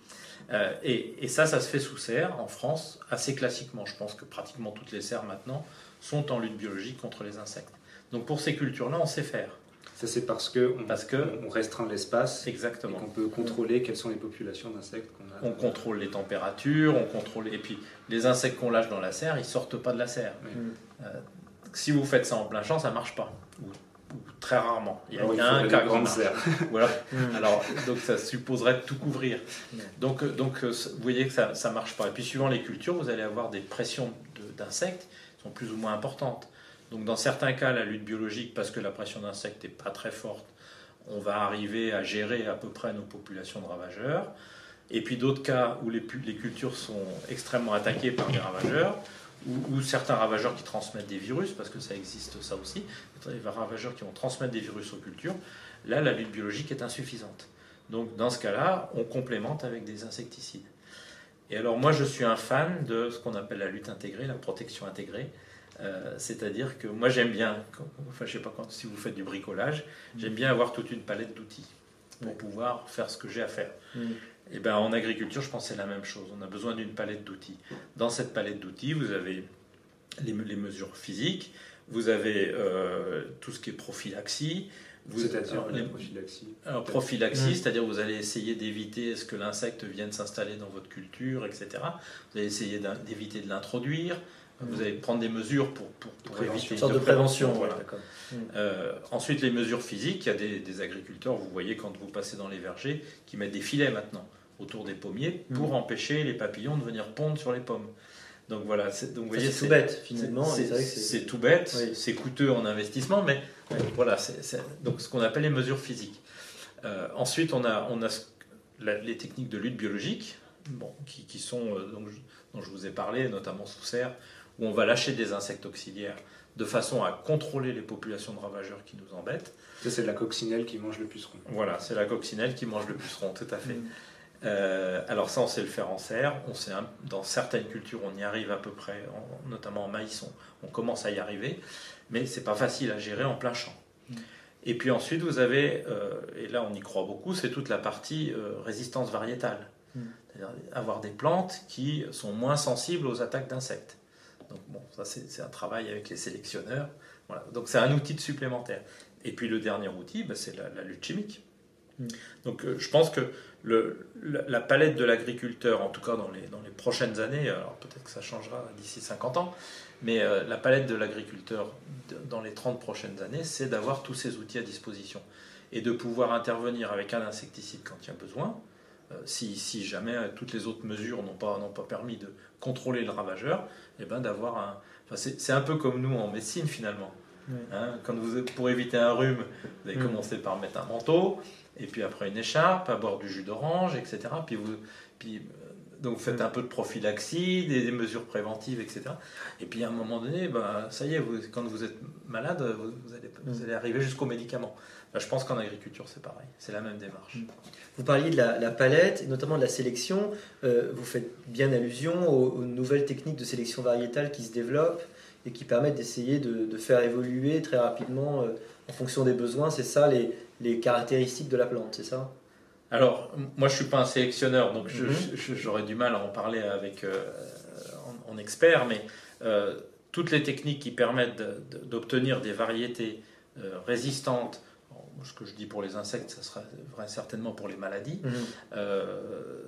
Euh, et, et ça, ça se fait sous serre en France assez classiquement. Je pense que pratiquement toutes les serres maintenant sont en lutte biologique contre les insectes. Donc pour ces cultures-là, on sait faire. Ça, c'est parce qu'on parce que, on restreint l'espace. Exactement. Et qu'on peut contrôler quelles sont les populations d'insectes qu'on a. On contrôle les températures, on contrôle... et puis les insectes qu'on lâche dans la serre, ils ne sortent pas de la serre. Oui. Euh, si vous faites ça en plein champ, ça ne marche pas. Ou, ou très rarement. Il y a, Alors, il y a il un cas grande serre. Voilà. Alors, donc ça supposerait de tout couvrir. Donc, donc vous voyez que ça ne marche pas. Et puis suivant les cultures, vous allez avoir des pressions de, d'insectes qui sont plus ou moins importantes. Donc dans certains cas, la lutte biologique, parce que la pression d'insectes n'est pas très forte, on va arriver à gérer à peu près nos populations de ravageurs. Et puis d'autres cas où les, les cultures sont extrêmement attaquées par des ravageurs, ou, ou certains ravageurs qui transmettent des virus, parce que ça existe ça aussi, des ravageurs qui vont transmettre des virus aux cultures, là la lutte biologique est insuffisante. Donc dans ce cas-là, on complémente avec des insecticides. Et alors moi je suis un fan de ce qu'on appelle la lutte intégrée, la protection intégrée. Euh, c'est-à-dire que moi j'aime bien, enfin je sais pas quand, si vous faites du bricolage, j'aime bien avoir toute une palette d'outils pour pouvoir faire ce que j'ai à faire. Mmh. Et ben en agriculture, je pense que c'est la même chose. On a besoin d'une palette d'outils. Dans cette palette d'outils, vous avez les, les mesures physiques, vous avez euh, tout ce qui est prophylaxie. Vous, c'est-à-dire la prophylaxie. Alors prophylaxie, mmh. c'est-à-dire vous allez essayer d'éviter ce que l'insecte vienne s'installer dans votre culture, et cetera. Vous allez essayer d'éviter de l'introduire. Vous allez prendre des mesures pour, pour, pour éviter une sorte de prévention. prévention voilà. D'accord. Euh, ensuite, les mesures physiques, il y a des, des agriculteurs, vous voyez quand vous passez dans les vergers, qui mettent des filets maintenant autour des pommiers pour mmh. empêcher les papillons de venir pondre sur les pommes. Donc voilà, c'est, donc, vous voyez, c'est tout bête finalement. C'est, c'est, c'est, c'est tout bête, oui. c'est coûteux en investissement, mais oui. voilà, c'est, c'est donc ce qu'on appelle les mesures physiques. Euh, ensuite, on a, on a la, les techniques de lutte biologique, bon, qui, qui sont, euh, donc, dont je vous ai parlé, notamment sous serre, où on va lâcher des insectes auxiliaires de façon à contrôler les populations de ravageurs qui nous embêtent. Ça, c'est la coccinelle qui mange le puceron. Voilà, c'est la coccinelle qui mange le puceron, tout à fait. Mmh. Euh, alors ça, on sait le faire en serre. On sait, hein, dans certaines cultures, on y arrive à peu près, en, notamment en maïs, on, on commence à y arriver, mais c'est pas facile à gérer en plein champ. Mmh. Et puis ensuite, vous avez, euh, et là on y croit beaucoup, c'est toute la partie euh, résistance variétale. Mmh. C'est-à-dire avoir des plantes qui sont moins sensibles aux attaques d'insectes. Donc bon, ça c'est, c'est un travail avec les sélectionneurs. Voilà. Donc c'est un outil de supplémentaire. Et puis le dernier outil, ben, c'est la, la lutte chimique. Mmh. Donc euh, je pense que le, la, la palette de l'agriculteur, en tout cas dans les, dans les prochaines années, alors peut-être que ça changera d'ici cinquante ans, mais euh, la palette de l'agriculteur de, dans les trente prochaines années, c'est d'avoir tous ces outils à disposition et de pouvoir intervenir avec un insecticide quand il y a besoin. Euh, si, si jamais euh, toutes les autres mesures n'ont pas, n'ont pas permis de contrôler le ravageur, et ben d'avoir un... Enfin, c'est, c'est un peu comme nous en médecine finalement. Oui. Hein, quand vous, pour éviter un rhume, vous allez mmh. commencer par mettre un manteau, et puis après une écharpe, à boire du jus d'orange, et cetera. Puis vous, puis, donc vous faites mmh. un peu de prophylaxie, des, des mesures préventives, et cetera. Et puis à un moment donné, ben, ça y est, vous, quand vous êtes malade, vous, vous, allez, mmh. vous allez arriver jusqu'aux médicaments. Ben, je pense qu'en agriculture, c'est pareil. C'est la même démarche. Mmh. Vous parliez de la, la palette, et notamment de la sélection. Euh, vous faites bien allusion aux, aux nouvelles techniques de sélection variétale qui se développent et qui permettent d'essayer de, de faire évoluer très rapidement euh, en fonction des besoins. C'est ça les, les caractéristiques de la plante, c'est ça ? Alors, moi je ne suis pas un sélectionneur, donc je, mm-hmm. je, j'aurais du mal à en parler avec, euh, en, en expert, mais euh, toutes les techniques qui permettent de, de, d'obtenir des variétés euh, résistantes, ce que je dis pour les insectes, ça sera vrai certainement pour les maladies, mmh. euh,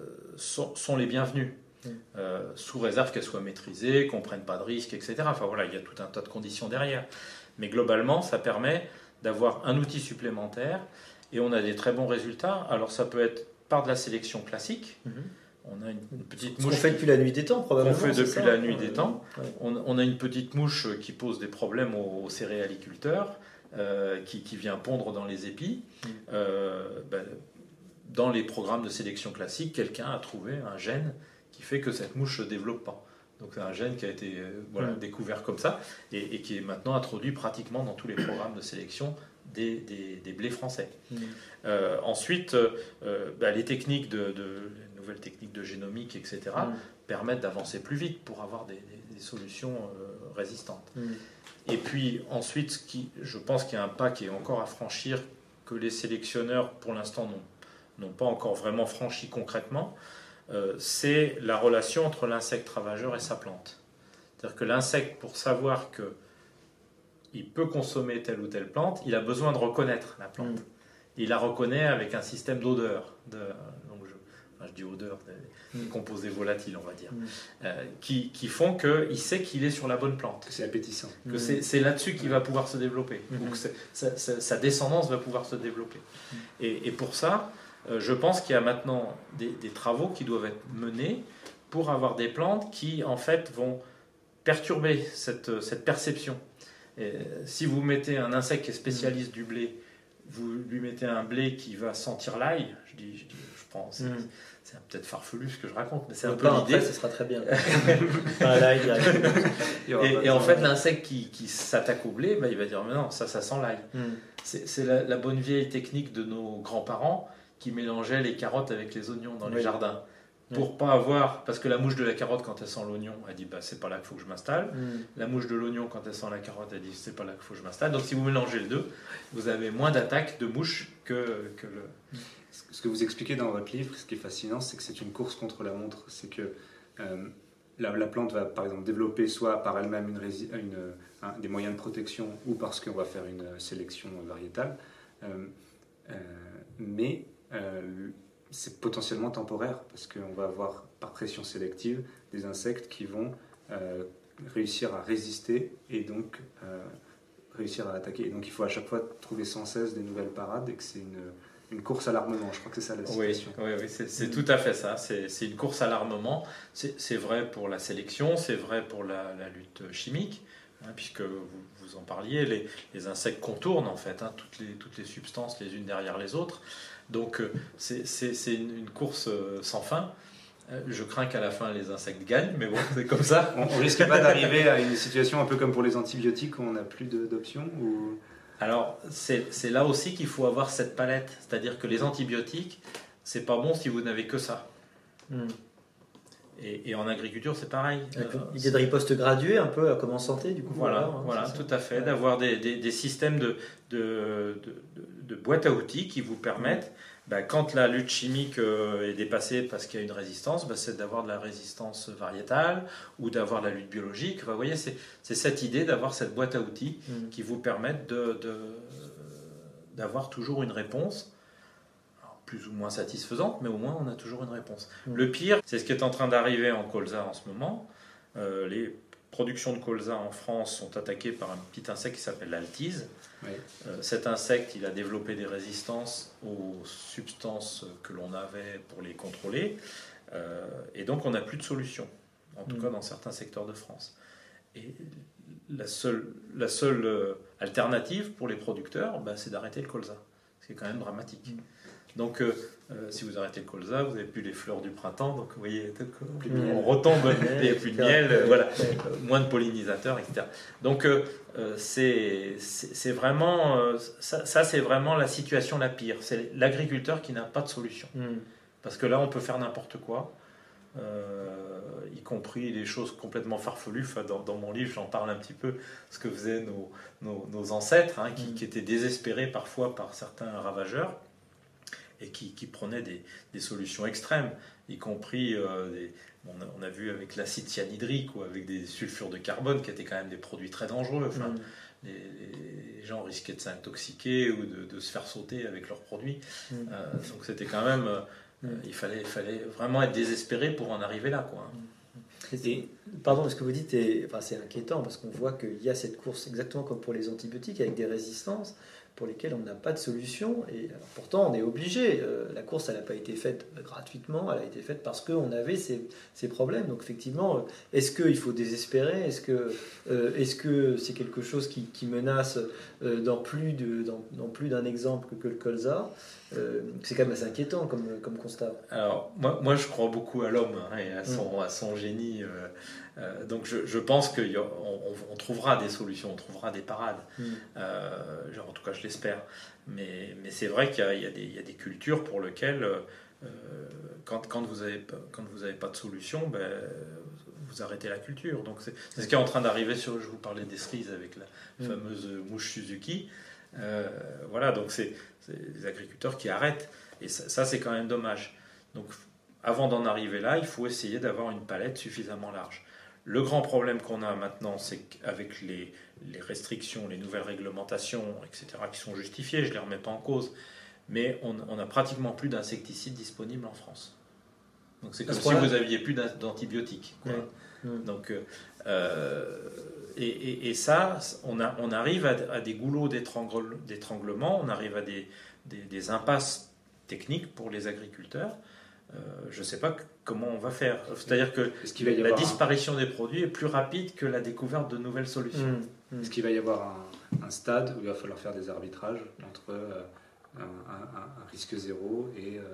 sont, sont les bienvenues, mmh. euh, sous réserve qu'elles soient maîtrisées, qu'on ne prenne pas de risques, et cetera. Enfin voilà, il y a tout un tas de conditions derrière. Mais globalement, ça permet d'avoir un outil supplémentaire et on a des très bons résultats. Alors ça peut être par de la sélection classique. Mmh. On a une, une petite Ce mouche. qu'on fait depuis la nuit des temps, probablement. On fait depuis ça, la nuit euh, des temps. Ouais. On, on a une petite mouche qui pose des problèmes aux, aux céréaliculteurs, euh, qui, qui vient pondre dans les épis. Mmh. Euh, ben, dans les programmes de sélection classique, quelqu'un a trouvé un gène qui fait que cette mouche ne se développe pas. Donc c'est un gène qui a été euh, voilà, mmh. découvert comme ça et, et qui est maintenant introduit pratiquement dans tous les programmes de sélection des, des, des blés français. Mmh. Euh, ensuite, euh, bah, les techniques de, de les nouvelles techniques de génomique, et cetera, mmh. permettent d'avancer plus vite pour avoir des, des, des solutions euh, résistantes. Mmh. Et puis ensuite, ce qui, je pense qu'il y a un pas qui est encore à franchir que les sélectionneurs, pour l'instant, n'ont, n'ont pas encore vraiment franchi concrètement. Euh, c'est la relation entre l'insecte ravageur et sa plante. C'est-à-dire que l'insecte, pour savoir qu'il peut consommer telle ou telle plante, il a besoin de reconnaître la plante. Mmh. Il la reconnaît avec un système d'odeur, de, donc je, enfin je dis odeur, des mmh. composés volatiles, on va dire, mmh. euh, qui, qui font qu'il sait qu'il est sur la bonne plante. C'est appétissant. Que mmh. c'est, c'est là-dessus qu'il va pouvoir se développer, mmh. ou que c'est, sa, sa, sa descendance va pouvoir se développer. Mmh. Et, et pour ça, euh, je pense qu'il y a maintenant des, des travaux qui doivent être menés pour avoir des plantes qui, en fait, vont perturber cette, cette perception. Et si vous mettez un insecte qui est spécialiste mmh. du blé, vous lui mettez un blé qui va sentir l'ail, je dis, je, dis, je prends, c'est, mmh. c'est peut-être farfelu ce que je raconte, mais c'est un peu l'idée. Après, ce sera très bien. Enfin, l'ail, et, et en fait, l'insecte qui, qui s'attaque au blé, bah, il va dire, mais non, ça, ça sent l'ail. Mmh. C'est, c'est la, la bonne vieille technique de nos grands-parents qui mélangeaient les carottes avec les oignons dans oui. les jardins. Pour pas avoir, parce que la mouche de la carotte, quand elle sent l'oignon, elle dit bah, c'est pas là qu'il faut que je m'installe. Mm. La mouche de l'oignon, quand elle sent la carotte, elle dit c'est pas là qu'il faut que je m'installe. Donc si vous mélangez les deux, vous avez moins d'attaques de mouches que, que le. Ce que vous expliquez dans votre livre, ce qui est fascinant, c'est que c'est une course contre la montre. C'est que euh, la, la plante va par exemple développer soit par elle-même une, rési- une, un, des moyens de protection ou parce qu'on va faire une sélection variétale. Euh, euh, mais euh, c'est potentiellement temporaire parce qu'on va avoir par pression sélective des insectes qui vont euh, réussir à résister et donc euh, réussir à attaquer. Et donc il faut à chaque fois trouver sans cesse des nouvelles parades et que c'est une, une course à l'armement. Je crois que c'est ça la situation. Oui, oui, oui c'est, c'est tout à fait ça. C'est, c'est une course à l'armement. C'est, c'est vrai pour la sélection, c'est vrai pour la, la lutte chimique. Hein, puisque vous, vous en parliez, les, les insectes contournent en fait hein, toutes, les, toutes les substances les unes derrière les autres. Donc c'est, c'est, c'est une, une course sans fin. Je crains qu'à la fin les insectes gagnent, mais bon, c'est comme ça. On ne risque pas d'arriver à une situation un peu comme pour les antibiotiques où on n'a plus de, d'options ou... Alors c'est, c'est là aussi qu'il faut avoir cette palette. C'est-à-dire que les antibiotiques, c'est pas bon si vous n'avez que ça. Mm. Et, et en agriculture, c'est pareil. L'idée de riposte graduée, un peu comme en santé, du coup. Voilà, voilà, hein, voilà tout à fait. Ouais. D'avoir des, des, des systèmes de, de, de, de, de boîte à outils qui vous permettent, bah, quand la lutte chimique euh, est dépassée parce qu'il y a une résistance, bah, c'est d'avoir de la résistance variétale ou d'avoir de la lutte biologique. Enfin, vous voyez, c'est, c'est cette idée d'avoir cette boîte à outils mmh. qui vous permettent de, de, d'avoir toujours une réponse. Plus ou moins satisfaisante, mais au moins on a toujours une réponse. Mmh. Le pire, c'est ce qui est en train d'arriver en colza en ce moment. Euh, les productions de colza en France sont attaquées par un petit insecte qui s'appelle l'altise. Oui. Euh, cet insecte, il a développé des résistances aux substances que l'on avait pour les contrôler. Euh, et donc on n'a plus de solution, en tout mmh. cas dans certains secteurs de France. Et la seule, la seule alternative pour les producteurs, bah, c'est d'arrêter le colza. Ce qui est quand même dramatique. Mmh. Donc, euh, euh, si vous arrêtez le colza, vous n'avez plus les fleurs du printemps. Donc, vous voyez, on, on retombe, il n'y a plus de miel, euh, voilà, euh, moins de pollinisateurs, et cetera. Donc, euh, c'est, c'est, c'est vraiment, euh, ça, ça, c'est vraiment la situation la pire. C'est l'agriculteur qui n'a pas de solution. Mm. Parce que là, on peut faire n'importe quoi, euh, y compris des choses complètement farfelues. Enfin, dans, dans mon livre, j'en parle un petit peu, ce que faisaient nos, nos, nos ancêtres, hein, qui, mm. qui étaient désespérés parfois par certains ravageurs. Et qui, qui prenaient des, des solutions extrêmes, y compris, euh, des, on, a, on a vu avec l'acide cyanhydrique ou avec des sulfures de carbone, qui étaient quand même des produits très dangereux. Enfin, mmh. les, les gens risquaient de s'intoxiquer ou de, de se faire sauter avec leurs produits. Mmh. Euh, donc c'était quand même, euh, mmh. il, fallait, il fallait vraiment être désespéré pour en arriver là, quoi. Et, pardon, ce que vous dites est, enfin, c'est inquiétant, parce qu'on voit qu'il y a cette course exactement comme pour les antibiotiques, avec des résistances. pour lesquels on n'a pas de solution. Et alors, pourtant, on est obligé. Euh, la course, elle n'a pas été faite gratuitement, elle a été faite parce qu'on avait ces, ces problèmes. Donc, effectivement, est-ce qu'il faut désespérer? Est-ce que euh, est-ce que c'est quelque chose qui, qui menace euh, dans plus de, dans, dans plus d'un exemple que, que le colza? euh, C'est quand même assez inquiétant comme, comme constat. Alors, moi, moi, je crois beaucoup à l'homme hein, et à son, mmh. à son génie. Euh, euh, donc, je, je pense qu'on on, on trouvera des solutions, on trouvera des parades. Mmh. Euh, genre, en tout cas, je l'espère. Mais, mais c'est vrai qu'il y a, il y a des, il y a des cultures pour lesquelles, euh, quand, quand vous n'avez quand vous avez pas de solution, ben, vous arrêtez la culture. Donc, c'est, c'est ce qui est en train d'arriver sur. Je vous parlais des cerises avec la mmh. fameuse mouche Suzuki. Euh, voilà, donc c'est, c'est des agriculteurs qui arrêtent. Et ça, ça, c'est quand même dommage. Donc, avant d'en arriver là, il faut essayer d'avoir une palette suffisamment large. Le grand problème qu'on a maintenant, c'est qu'avec les, les restrictions, les nouvelles réglementations, et cetera, qui sont justifiées, je ne les remets pas en cause, mais on n'a pratiquement plus d'insecticides disponibles en France. Donc, c'est comme si vous n'aviez plus d'antibiotiques. Quoi. Ouais. Mmh. Donc, euh, et, et, et ça, on, a, on arrive à, à des goulots d'étrangle, d'étranglement, on arrive à des, des, des impasses techniques pour les agriculteurs. Euh, je ne sais pas comment on va faire. C'est-à-dire que la disparition un... des produits est plus rapide que la découverte de nouvelles solutions. Mmh. Mmh. Est-ce qu'il va y avoir un, un stade où il va falloir faire des arbitrages entre euh, un, un, un risque zéro et... Euh...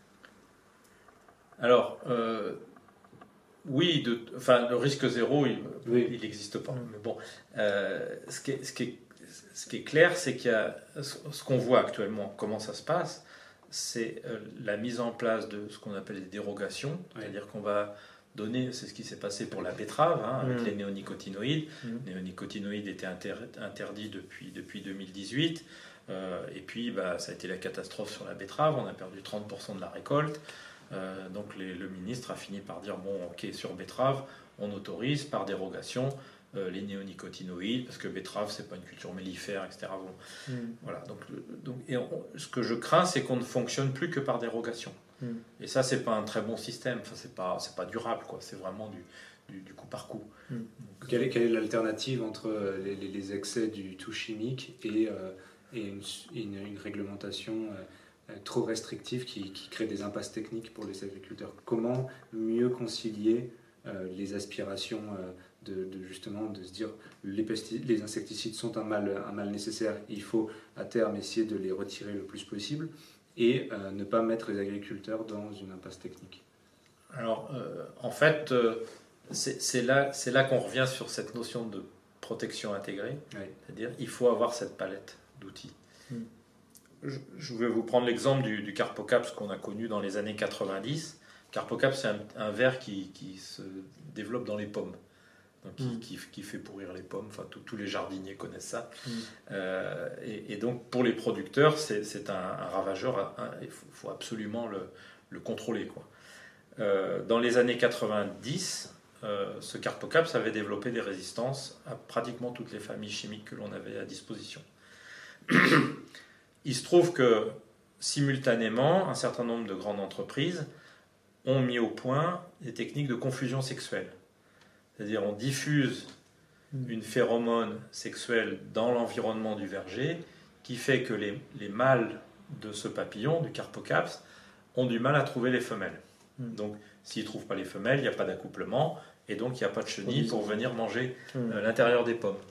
Alors, euh, oui, de, enfin, le risque zéro, il n'existe oui. pas. Mmh. Mais bon, euh, ce, qui est, ce, qui est, ce qui est clair, c'est qu'il y a ce qu'on voit actuellement, comment ça se passe, c'est la mise en place de ce qu'on appelle des dérogations, oui. c'est-à-dire qu'on va donner, c'est ce qui s'est passé pour la betterave, hein, avec mmh. les néonicotinoïdes. Mmh. Les néonicotinoïdes étaient inter, interdits depuis, depuis deux mille dix-huit, euh, et puis bah, ça a été la catastrophe sur la betterave, on a perdu trente pour cent de la récolte, euh, donc les, le ministre a fini par dire, bon ok, sur betterave, on autorise par dérogation les néonicotinoïdes, parce que betterave, c'est pas une culture mellifère, et cetera. Bon, mm. voilà. Donc, donc, et on, ce que je crains, c'est qu'on ne fonctionne plus que par dérogation. Mm. Et ça, c'est pas un très bon système. Enfin, c'est pas, c'est pas durable, quoi. C'est vraiment du, du, du coup par coup. Mm. Donc, quelle est, quelle est l'alternative entre les, les, les excès du tout chimique et, euh, et une, une, une réglementation euh, trop restrictive qui, qui crée des impasses techniques pour les agriculteurs? Comment mieux concilier euh, les aspirations euh, De, de justement de se dire les, pesticides, les insecticides sont un mal, un mal nécessaire, il faut à terme essayer de les retirer le plus possible et euh, ne pas mettre les agriculteurs dans une impasse technique? Alors euh, en fait euh, c'est, c'est là, c'est là qu'on revient sur cette notion de protection intégrée, oui. C'est-à-dire il faut avoir cette palette d'outils. Mm. je, je vais vous prendre l'exemple du, du Carpocaps qu'on a connu dans les années quatre-vingt-dix. Carpocaps, c'est un, un ver qui, qui se développe dans les pommes. Donc, qui, mmh. qui, qui fait pourrir les pommes, enfin tous les jardiniers connaissent ça. Mmh. Euh, et, et donc pour les producteurs, c'est, c'est un, un ravageur, un, il faut, faut absolument le, le contrôler, quoi. Euh, dans les années quatre-vingt-dix, euh, ce Carpocaps avait développé des résistances à pratiquement toutes les familles chimiques que l'on avait à disposition. Il se trouve que simultanément, un certain nombre de grandes entreprises ont mis au point des techniques de confusion sexuelle. C'est-à-dire on diffuse une phéromone sexuelle dans l'environnement du verger qui fait que les, les mâles de ce papillon, du Carpocaps, ont du mal à trouver les femelles. Mm. Donc s'ils ne trouvent pas les femelles, il n'y a pas d'accouplement et donc il n'y a pas de chenilles pour venir manger mm. euh, l'intérieur des pommes.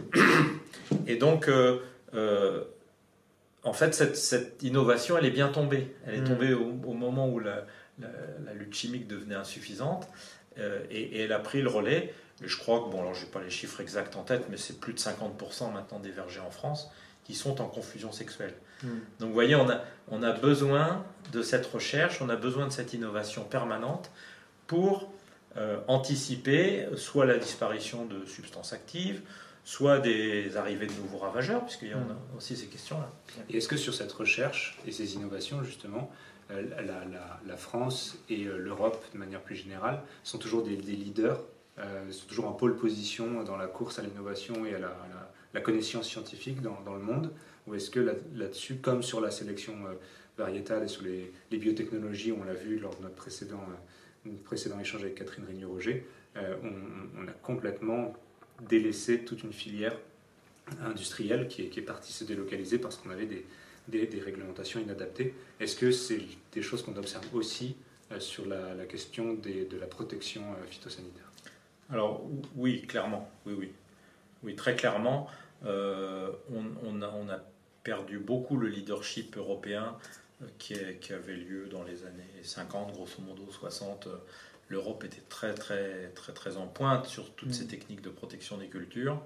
Et donc euh, euh, en fait cette, cette innovation elle est bien tombée. Elle est mm. tombée au, au moment où la, la, la lutte chimique devenait insuffisante. Euh, et, et elle a pris le relais. Et je crois que, bon, alors je n'ai pas les chiffres exacts en tête, mais c'est plus de cinquante pour cent maintenant des vergers en France qui sont en confusion sexuelle. Mmh. Donc vous voyez, on a, on a besoin de cette recherche, on a besoin de cette innovation permanente pour euh, anticiper soit la disparition de substances actives, soit des arrivées de nouveaux ravageurs, puisqu'il y a mmh. aussi ces questions-là. Et est-ce que sur cette recherche et ces innovations, justement, La, la, la France et l'Europe, de manière plus générale, sont toujours des, des leaders, euh, sont toujours en pole position dans la course à l'innovation et à la, à la, la connaissance scientifique dans, dans le monde? Ou est-ce que là, là-dessus, comme sur la sélection euh, variétale et sur les, les biotechnologies, on l'a vu lors de notre précédent, euh, notre précédent échange avec Catherine Regnault-Roger, euh, on, on a complètement délaissé toute une filière industrielle qui est, qui est partie se délocaliser parce qu'on avait des, des, des réglementations inadaptées. Est-ce que c'est des choses qu'on observe aussi euh, sur la, la question des, de la protection euh, phytosanitaire? Alors oui, clairement, oui, oui, oui, très clairement, euh, on, on, a, on a perdu beaucoup le leadership européen euh, qui, est, qui avait lieu dans les années cinquante, grosso modo soixante. L'Europe était très, très, très, très en pointe sur toutes ces techniques de protection des cultures,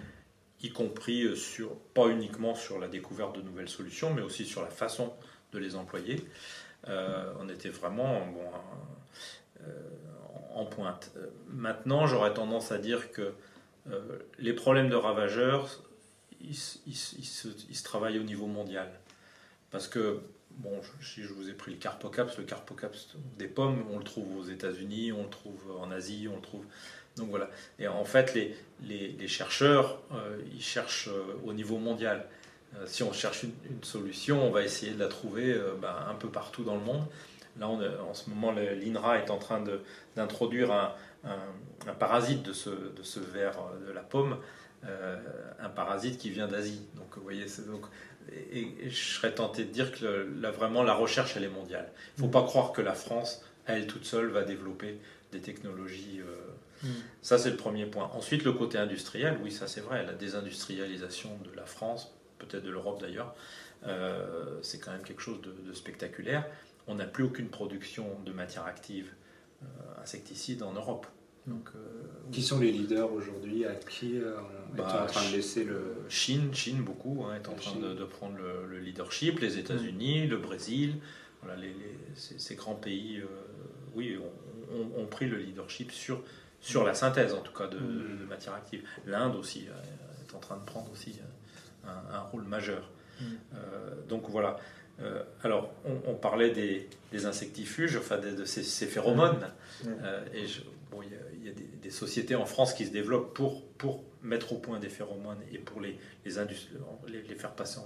y compris sur, pas uniquement sur la découverte de nouvelles solutions, mais aussi sur la façon de les employer. Euh, on était vraiment bon, euh, en pointe. Maintenant, j'aurais tendance à dire que euh, les problèmes de ravageurs, ils, ils, ils, se, ils se travaillent au niveau mondial. Parce que, bon, si je vous ai pris le Carpocaps, le Carpocaps des pommes, on le trouve aux États-Unis, on le trouve en Asie, on le trouve. Donc voilà. Et en fait, les, les, les chercheurs, euh, ils cherchent euh, au niveau mondial. Euh, si on cherche une, une solution, on va essayer de la trouver euh, ben, un peu partout dans le monde. Là, on est, en ce moment, l'I N R A est en train de, d'introduire un, un, un parasite de ce, de ce ver de la pomme, euh, un parasite qui vient d'Asie. Donc, vous voyez, c'est, donc, et, et je serais tenté de dire que le, là, vraiment, la recherche, elle est mondiale. Il ne faut pas croire que la France, elle toute seule, va développer des technologies. Euh, mm. Ça, c'est le premier point. Ensuite, le côté industriel, oui, ça c'est vrai, la désindustrialisation de la France, peut-être de l'Europe d'ailleurs, euh, c'est quand même quelque chose de, de spectaculaire. On n'a plus aucune production de matière active euh, insecticide en Europe. Donc, euh, qui sont les leaders aujourd'hui? À qui euh, on bah, est en train de laisser le... Chine, Chine beaucoup, hein, est en train de, de prendre le, le leadership. Les États-Unis, mmh. le Brésil, voilà, les, les, ces, ces grands pays, euh, oui, ont, ont, ont pris le leadership sur, sur la synthèse, en tout cas, de, mmh. de matière active. L'Inde aussi euh, est en train de prendre aussi un, un rôle majeur. Mmh. Euh, donc voilà. Euh, alors, on, on parlait des, des insectifuges, enfin de, de ces, ces phéromones, mmh. euh, et je, bon, il y a, il y a des, des sociétés en France qui se développent pour, pour mettre au point des phéromones et pour les, les, industri- les, les faire passer en,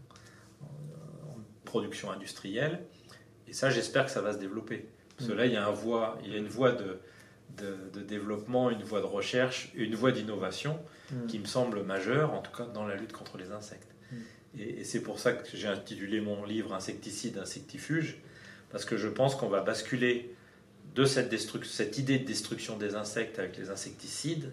en, en production industrielle. Et ça, j'espère que ça va se développer. Parce que là, il y a, un voie, il y a une voie de, de, de développement, une voie de recherche, une voie d'innovation mmh. qui me semble majeure, en tout cas dans la lutte contre les insectes. Mmh. Et, et c'est pour ça que j'ai intitulé mon livre « Insecticides, insectifuges », parce que je pense qu'on va basculer de cette, destru- cette idée de destruction des insectes avec les insecticides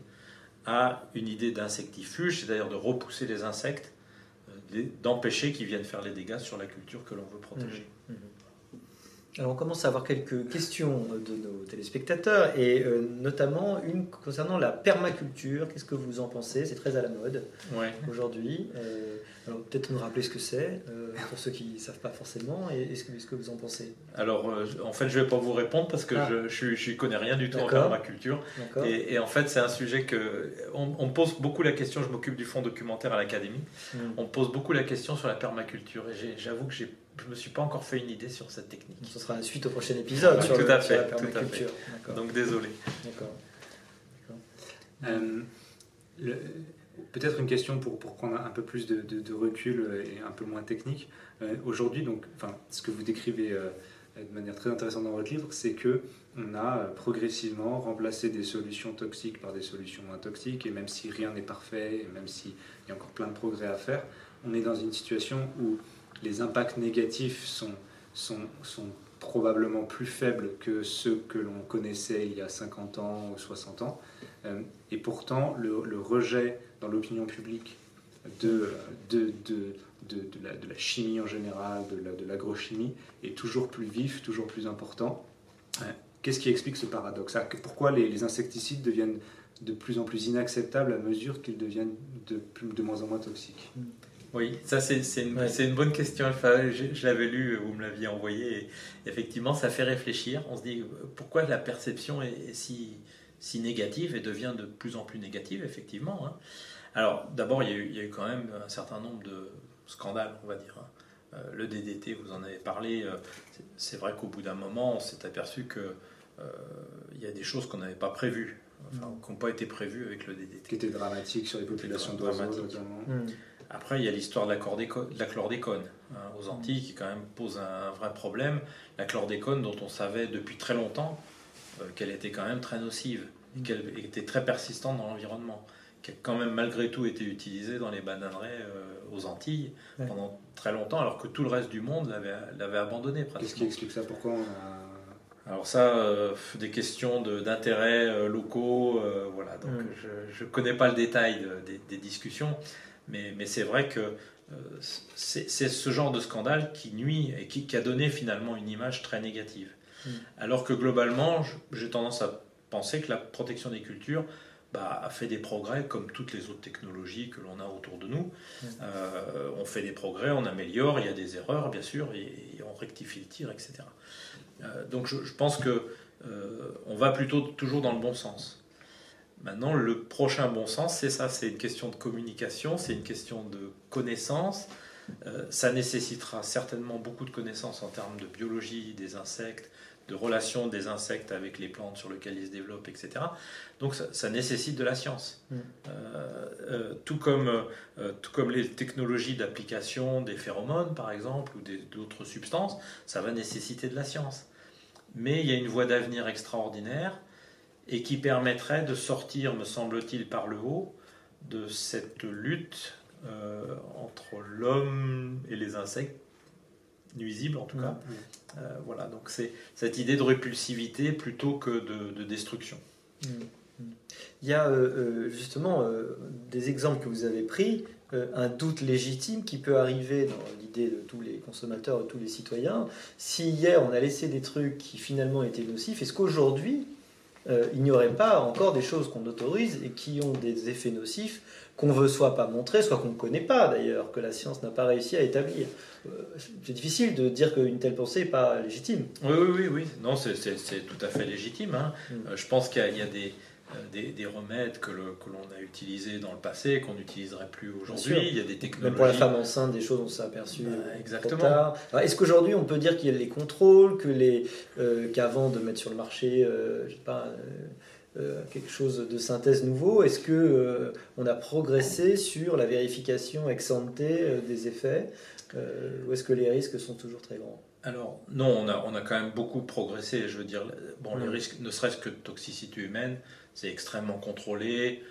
à une idée d'insectifuge, c'est-à-dire de repousser les insectes, euh, d'empêcher qu'ils viennent faire les dégâts sur la culture que l'on veut protéger. Mmh. Mmh. Alors on commence à avoir quelques questions de nos téléspectateurs, et euh, notamment une concernant la permaculture. Qu'est-ce que vous en pensez? C'est très à la mode ouais. aujourd'hui. Euh, alors peut-être nous rappeler ce que c'est, euh, pour ceux qui ne savent pas forcément, et est-ce que, est-ce que vous en pensez? Alors euh, en fait je ne vais pas vous répondre parce que ah. je ne connais rien du tout D'accord. en permaculture. Et, et en fait c'est un sujet que... On, on pose beaucoup la question, je m'occupe du fonds documentaire à l'Académie, mmh. on pose beaucoup la question sur la permaculture, et j'ai, j'avoue que j'ai je ne me suis pas encore fait une idée sur cette technique. Ce sera la suite au prochain épisode ah, sur, tout le, à fait, sur la permaculture. Tout à fait. Donc désolé. D'accord. D'accord. Euh, le, peut-être une question pour, pour prendre un peu plus de, de, de recul et un peu moins technique. Euh, aujourd'hui, donc, enfin, ce que vous décrivez euh, de manière très intéressante dans votre livre, c'est que on a progressivement remplacé des solutions toxiques par des solutions moins toxiques, et même si rien n'est parfait, et même s'il y a encore plein de progrès à faire, on est dans une situation où les impacts négatifs sont, sont, sont probablement plus faibles que ceux que l'on connaissait il y a cinquante ans ou soixante ans. Euh, et pourtant, le, le rejet dans l'opinion publique de, de, de, de, de, la, de la chimie en général, de, la, de l'agrochimie, est toujours plus vif, toujours plus important. Euh, qu'est-ce qui explique ce paradoxe? Pourquoi les, les insecticides deviennent de plus en plus inacceptables à mesure qu'ils deviennent de, plus, de moins en moins toxiques? Oui, ça c'est, c'est, une, ouais. c'est une bonne question. Enfin, je, je l'avais lu, vous me l'aviez envoyé, et effectivement ça fait réfléchir. On se dit pourquoi la perception est, est si, si négative et devient de plus en plus négative, effectivement. Hein. Alors d'abord, il y, a eu, il y a eu quand même un certain nombre de scandales, on va dire. Hein. Euh, le D D T, vous en avez parlé, euh, c'est, c'est vrai qu'au bout d'un moment, on s'est aperçu qu'il euh, y a des choses qu'on n'avait pas prévues, enfin, mmh. qui n'ont pas été prévues avec le D D T. Qui étaient dramatiques sur les populations d'oiseaux, notamment. Mmh. Après, il y a l'histoire de la chlordécone, de la chlordécone hein, aux Antilles, qui quand même pose un vrai problème. La chlordécone, dont on savait depuis très longtemps euh, qu'elle était quand même très nocive et qu'elle était très persistante dans l'environnement. qui a quand même malgré tout été utilisé dans les bananeraies euh, aux Antilles ouais. pendant très longtemps, alors que tout le reste du monde l'avait, l'avait abandonné pratiquement. Qu'est-ce qui explique ça? Pourquoi on a... Alors ça, euh, des questions de, d'intérêts euh, locaux, euh, voilà. Donc mm. je ne connais pas le détail de, des, des discussions, mais, mais c'est vrai que euh, c'est, c'est ce genre de scandale qui nuit et qui, qui a donné finalement une image très négative. Mm. Alors que globalement, j'ai tendance à penser que la protection des cultures bah, a fait des progrès comme toutes les autres technologies que l'on a autour de nous. Mm. Euh, on fait des progrès, on améliore, il y a des erreurs bien sûr, et, et on rectifie le tir, et cetera. Euh, donc je, je pense que euh, on va plutôt toujours dans le bon sens. Maintenant, le prochain bon sens, c'est ça, c'est une question de communication, c'est une question de connaissance. Euh, ça nécessitera certainement beaucoup de connaissances en termes de biologie des insectes, de relations des insectes avec les plantes sur lesquelles ils se développent, et cetera. Donc ça, ça nécessite de la science. Mmh. Euh, euh, tout, comme, euh, tout comme les technologies d'application des phéromones, par exemple, ou des, d'autres substances, ça va nécessiter de la science. Mais il y a une voie d'avenir extraordinaire et qui permettrait de sortir, me semble-t-il, par le haut de cette lutte euh, entre l'homme et les insectes, nuisibles en tout cas. Mmh. Euh, voilà, donc c'est cette idée de répulsivité plutôt que de, de destruction. Mmh. Il y a euh, justement euh, des exemples que vous avez pris, euh, un doute légitime qui peut arriver dans l'idée de tous les consommateurs, de tous les citoyens. Si hier on a laissé des trucs qui finalement étaient nocifs, est-ce qu'aujourd'hui euh, il n'y aurait pas encore des choses qu'on autorise et qui ont des effets nocifs qu'on veut soit pas montrer, soit qu'on ne connaît pas d'ailleurs, que la science n'a pas réussi à établir. Euh, c'est difficile de dire qu'une telle pensée n'est pas légitime. Oui, oui, oui, oui. Non, c'est, c'est, c'est tout à fait légitime. Hein. Mm. Euh, je pense qu'il y a, il y a des, des, des remèdes que, le, que l'on a utilisés dans le passé, qu'on n'utiliserait plus aujourd'hui. Il y a des technologies... Même pour la femme enceinte, des choses on s'est aperçu bah, exactement. trop tard. Alors, est-ce qu'aujourd'hui on peut dire qu'il y a les contrôles, que les, euh, qu'avant de mettre sur le marché, euh, je sais pas... Euh, Euh, quelque chose de synthèse nouveau, est-ce que euh, on a progressé sur la vérification ex ante euh, des effets euh, ou est-ce que les risques sont toujours très grands? Alors non, on a, on a quand même beaucoup progressé. Je veux dire, bon, mmh. les risques, ne serait-ce que de toxicité humaine, c'est extrêmement contrôlé.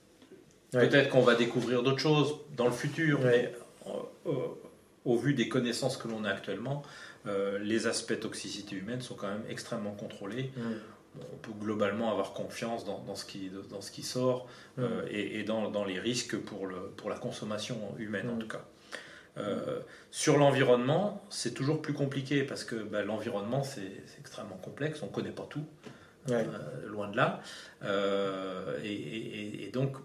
Ouais. Peut-être qu'on va découvrir d'autres choses dans le futur, ouais. mais euh, euh, au vu des connaissances que l'on a actuellement, euh, les aspects toxicité humaine sont quand même extrêmement contrôlés. Mmh. On peut globalement avoir confiance dans, dans, ce, qui, dans ce qui sort mmh. euh, et, et dans, dans les risques pour, le, pour la consommation humaine mmh. en tout cas. Euh, sur l'environnement, c'est toujours plus compliqué parce que bah, l'environnement c'est, c'est extrêmement complexe, on ne connaît pas tout, ouais. euh, loin de là. Euh, et, et, et donc,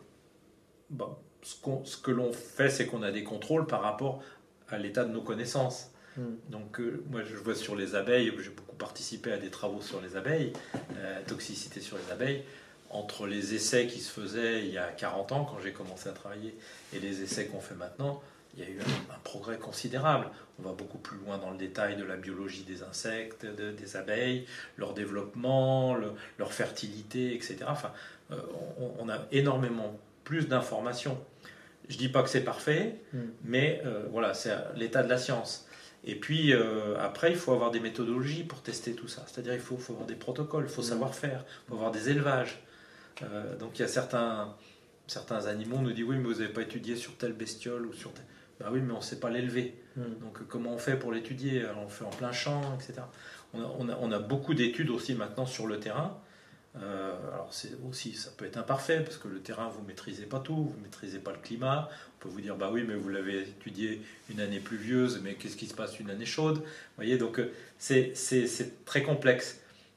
bon, ce, qu'on, ce que l'on fait, c'est qu'on a des contrôles par rapport à l'état de nos connaissances. Donc euh, moi je vois sur les abeilles, j'ai beaucoup participé à des travaux sur les abeilles, euh, toxicité sur les abeilles, entre les essais qui se faisaient il y a quarante ans quand j'ai commencé à travailler et les essais qu'on fait maintenant, il y a eu un, un progrès considérable. On va beaucoup plus loin dans le détail de la biologie des insectes, de, des abeilles, leur développement, le, leur fertilité, et cetera. Enfin, euh, on, on a énormément plus d'informations. Je ne dis pas que c'est parfait, mm. mais euh, voilà, c'est l'état de la science. Et puis euh, après, il faut avoir des méthodologies pour tester tout ça. C'est-à-dire il faut, faut avoir des protocoles, il faut savoir faire, il faut avoir des élevages. Euh, donc il y a certains, certains animaux, on nous dit oui, mais vous n'avez pas étudié sur telle bestiole ou sur tel... Ben oui, mais on ne sait pas l'élever. Mm. Donc comment on fait pour l'étudier? Alors, on le fait en plein champ, et cetera. On a, on a, on a beaucoup d'études aussi maintenant sur le terrain. Euh, alors c'est aussi, ça peut être imparfait parce que le terrain vous maîtrisez pas tout, vous maîtrisez pas le climat. On peut vous dire bah oui mais vous l'avez étudié une année pluvieuse, mais qu'est-ce qui se passe une année chaude? Vous voyez, donc c'est, c'est, c'est très complexe.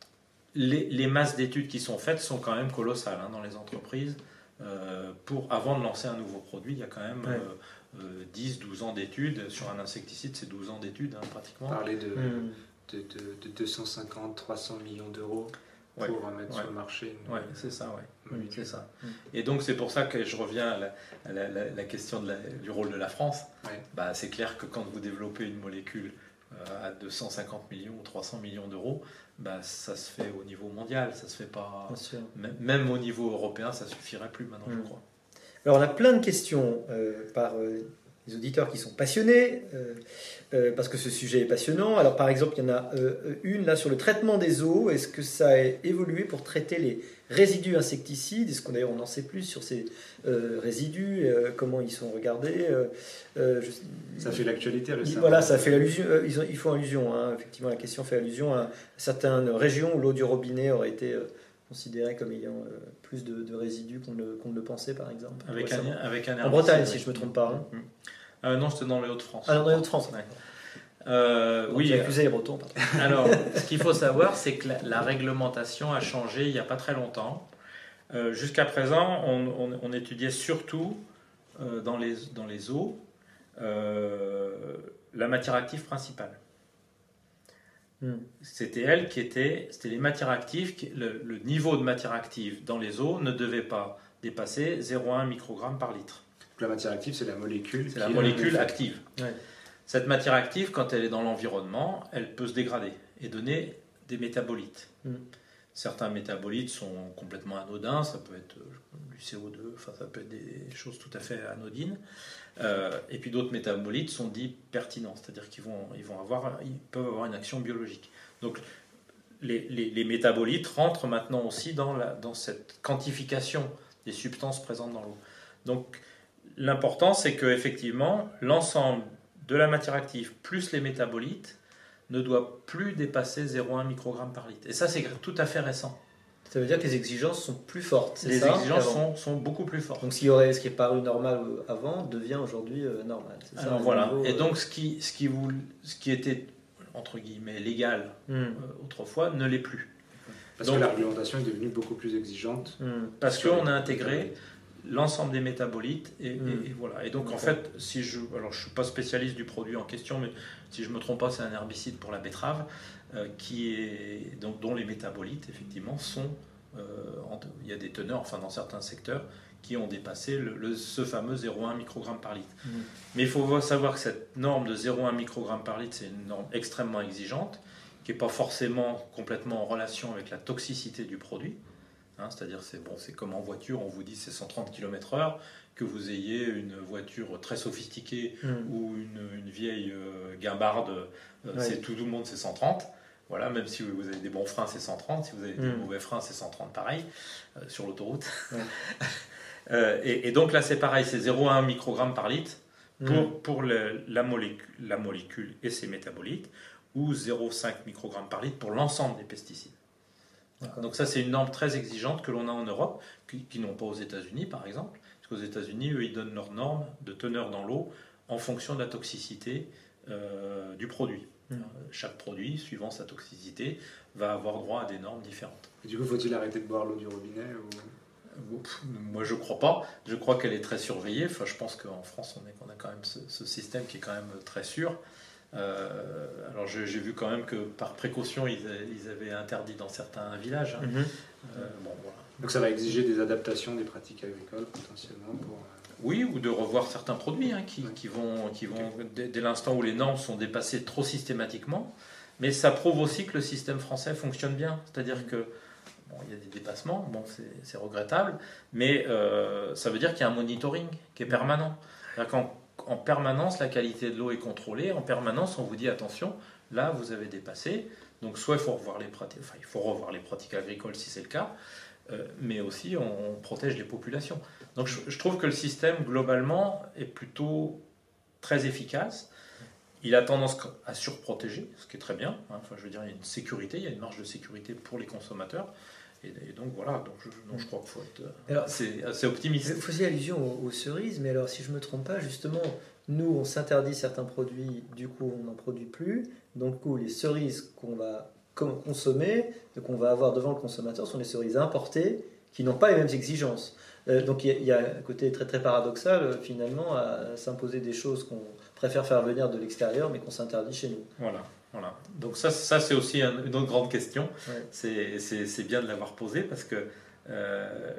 Les, les masses d'études qui sont faites sont quand même colossales hein, dans les entreprises. Euh, pour avant de lancer un nouveau produit, il y a quand même ouais. euh, euh, dix douze ans d'études sur un insecticide, c'est douze ans d'études hein, pratiquement. Parler de, mmh. de, de, de deux cent cinquante trois cents millions d'euros. Pour ouais, mettre ouais. sur le marché. Oui, c'est ça, ouais. oui, c'est ça. Et donc, c'est pour ça que je reviens à la, à la, la, la question de la, du rôle de la France. Ouais. Bah, c'est clair que quand vous développez une molécule euh, à deux cent cinquante millions ou trois cents millions d'euros, bah, ça se fait au niveau mondial. Ça se fait pas... M- même au niveau européen, ça ne suffirait plus maintenant, mmh. je crois. Alors, on a plein de questions euh, par... Euh, des auditeurs qui sont passionnés, euh, euh, parce que ce sujet est passionnant. Alors par exemple, il y en a euh, une là sur le traitement des eaux. Est-ce que ça a évolué pour traiter les résidus insecticides? Est-ce qu'on d'ailleurs on en sait plus sur ces euh, résidus, euh, comment ils sont regardés? euh, euh, je... Ça fait l'actualité récemment. Voilà, ça fait allusion, euh, ils, ont, ils font allusion, hein, effectivement la question fait allusion à certaines régions où l'eau du robinet aurait été euh, considérée comme ayant euh, plus de, de résidus qu'on ne, qu'on ne le pensait par exemple. Avec un, avec un en Bretagne, si je ne me trompe pas. Hein. Mmh. Euh, non, c'était dans les Hauts-de-France. Ah, dans les Hauts-de-France. Ouais. Euh, Donc, oui. j'ai accusé les Bretons. Alors, ce qu'il faut savoir, c'est que la, la réglementation a changé il n'y a pas très longtemps. Euh, jusqu'à présent, on, on, on étudiait surtout euh, dans, les, dans les eaux euh, la matière active principale. Hmm. C'était elle qui était, c'était les matières actives, qui, le, le niveau de matière active dans les eaux ne devait pas dépasser zéro virgule un microgramme par litre. Donc la matière active, c'est la molécule. C'est la molécule est... active. Ouais. Cette matière active, quand elle est dans l'environnement, elle peut se dégrader et donner des métabolites. Hmm. Certains métabolites sont complètement anodins, ça peut être du C O deux, enfin ça peut être des choses tout à fait anodines. Euh, et puis d'autres métabolites sont dits pertinents, c'est-à-dire qu'ils vont, ils vont avoir, ils peuvent avoir une action biologique. Donc les, les, les métabolites rentrent maintenant aussi dans, la, dans cette quantification des substances présentes dans l'eau. Donc l'important, c'est qu'effectivement, l'ensemble de la matière active plus les métabolites ne doit plus dépasser zéro virgule un microgramme par litre. Et ça, c'est tout à fait récent. Ça veut dire que les exigences sont plus fortes, c'est les ça? Les exigences sont, sont beaucoup plus fortes. Donc ce qui, aurait, ce qui est paru normal avant devient aujourd'hui euh, normal. C'est ça, alors voilà. niveau, et euh... donc ce qui, ce, qui vous, ce qui était, entre guillemets, légal mm. euh, autrefois ne l'est plus. Parce donc, que la réglementation est devenue beaucoup plus exigeante. Mm. Parce qu'on a intégré l'ensemble des métabolites et, mmh. et, et voilà. Et donc okay. en fait, si je, alors je suis pas spécialiste du produit en question, mais si je me trompe pas, c'est un herbicide pour la betterave euh, qui est donc dont les métabolites effectivement sont, euh, en, il y a des teneurs, enfin dans certains secteurs, qui ont dépassé le, le, ce fameux zéro virgule un microgramme par litre. Mmh. Mais il faut savoir que cette norme de zéro virgule un microgramme par litre, c'est une norme extrêmement exigeante, qui n'est pas forcément complètement en relation avec la toxicité du produit. Hein, c'est-à-dire, c'est bon, c'est comme en voiture, on vous dit c'est cent trente kilomètres heure, que vous ayez une voiture très sophistiquée mmh. ou une, une vieille euh, guimbarde, euh, ouais. c'est tout, tout le monde c'est cent trente. Voilà, même si vous avez des bons freins, c'est cent trente. Si vous avez mmh. des mauvais freins, c'est cent trente pareil, euh, sur l'autoroute. Ouais. euh, et, et donc là, c'est pareil, c'est zéro virgule un microgramme par litre pour, mmh. pour le, la, molécule, la molécule et ses métabolites, ou zéro virgule cinq microgramme par litre pour l'ensemble des pesticides. Donc ça, c'est une norme très exigeante que l'on a en Europe, qui, qui n'ont pas aux États-Unis, par exemple. Parce qu'aux États-Unis, eux, ils donnent leurs normes de teneur dans l'eau en fonction de la toxicité euh, du produit. Mmh. Alors, chaque produit, suivant sa toxicité, va avoir droit à des normes différentes. Et du coup, faut-il arrêter de boire l'eau du robinet ou... Moi, je ne crois pas. Je crois qu'elle est très surveillée. Enfin, je pense qu'en France, on, est, on a quand même ce, ce système qui est quand même très sûr. Euh, alors j'ai, j'ai vu quand même que par précaution ils, ils avaient interdit dans certains villages. Hein. Mm-hmm. Euh, bon, voilà. Donc ça va exiger des adaptations des pratiques agricoles potentiellement pour... Oui, ou de revoir certains produits hein, qui, ouais. qui vont, qui vont okay. dès, dès l'instant où les normes sont dépassées trop systématiquement. Mais ça prouve aussi que le système français fonctionne bien. C'est-à-dire que bon, il y a des dépassements, bon, c'est, c'est regrettable, mais euh, ça veut dire qu'il y a un monitoring qui est permanent. C'est-à-dire qu'en En permanence, la qualité de l'eau est contrôlée. En permanence, on vous dit attention, là, vous avez dépassé. Donc, soit il faut revoir les pratiques, enfin, il faut revoir les pratiques agricoles si c'est le cas, euh, mais aussi on, on protège les populations. Donc, je, je trouve que le système globalement est plutôt très efficace. Il a tendance à surprotéger, ce qui est très bien. Hein. Enfin, je veux dire, il y a une sécurité, il y a une marge de sécurité pour les consommateurs. Et donc voilà, donc je, donc je crois qu'il faut être alors, assez, assez optimiste. Vous faisiez allusion aux, aux cerises, mais alors si je ne me trompe pas, justement, nous on s'interdit certains produits, du coup on n'en produit plus. Donc coup, les cerises qu'on va consommer, et qu'on va avoir devant le consommateur, sont des cerises importées qui n'ont pas les mêmes exigences. Euh, donc il y, y a un côté très très paradoxal euh, finalement à s'imposer des choses qu'on préfère faire venir de l'extérieur, mais qu'on s'interdit chez nous. Voilà. Voilà. Donc ça, ça c'est aussi un, une autre grande question. Ouais. C'est, c'est, c'est bien de l'avoir posée parce que euh,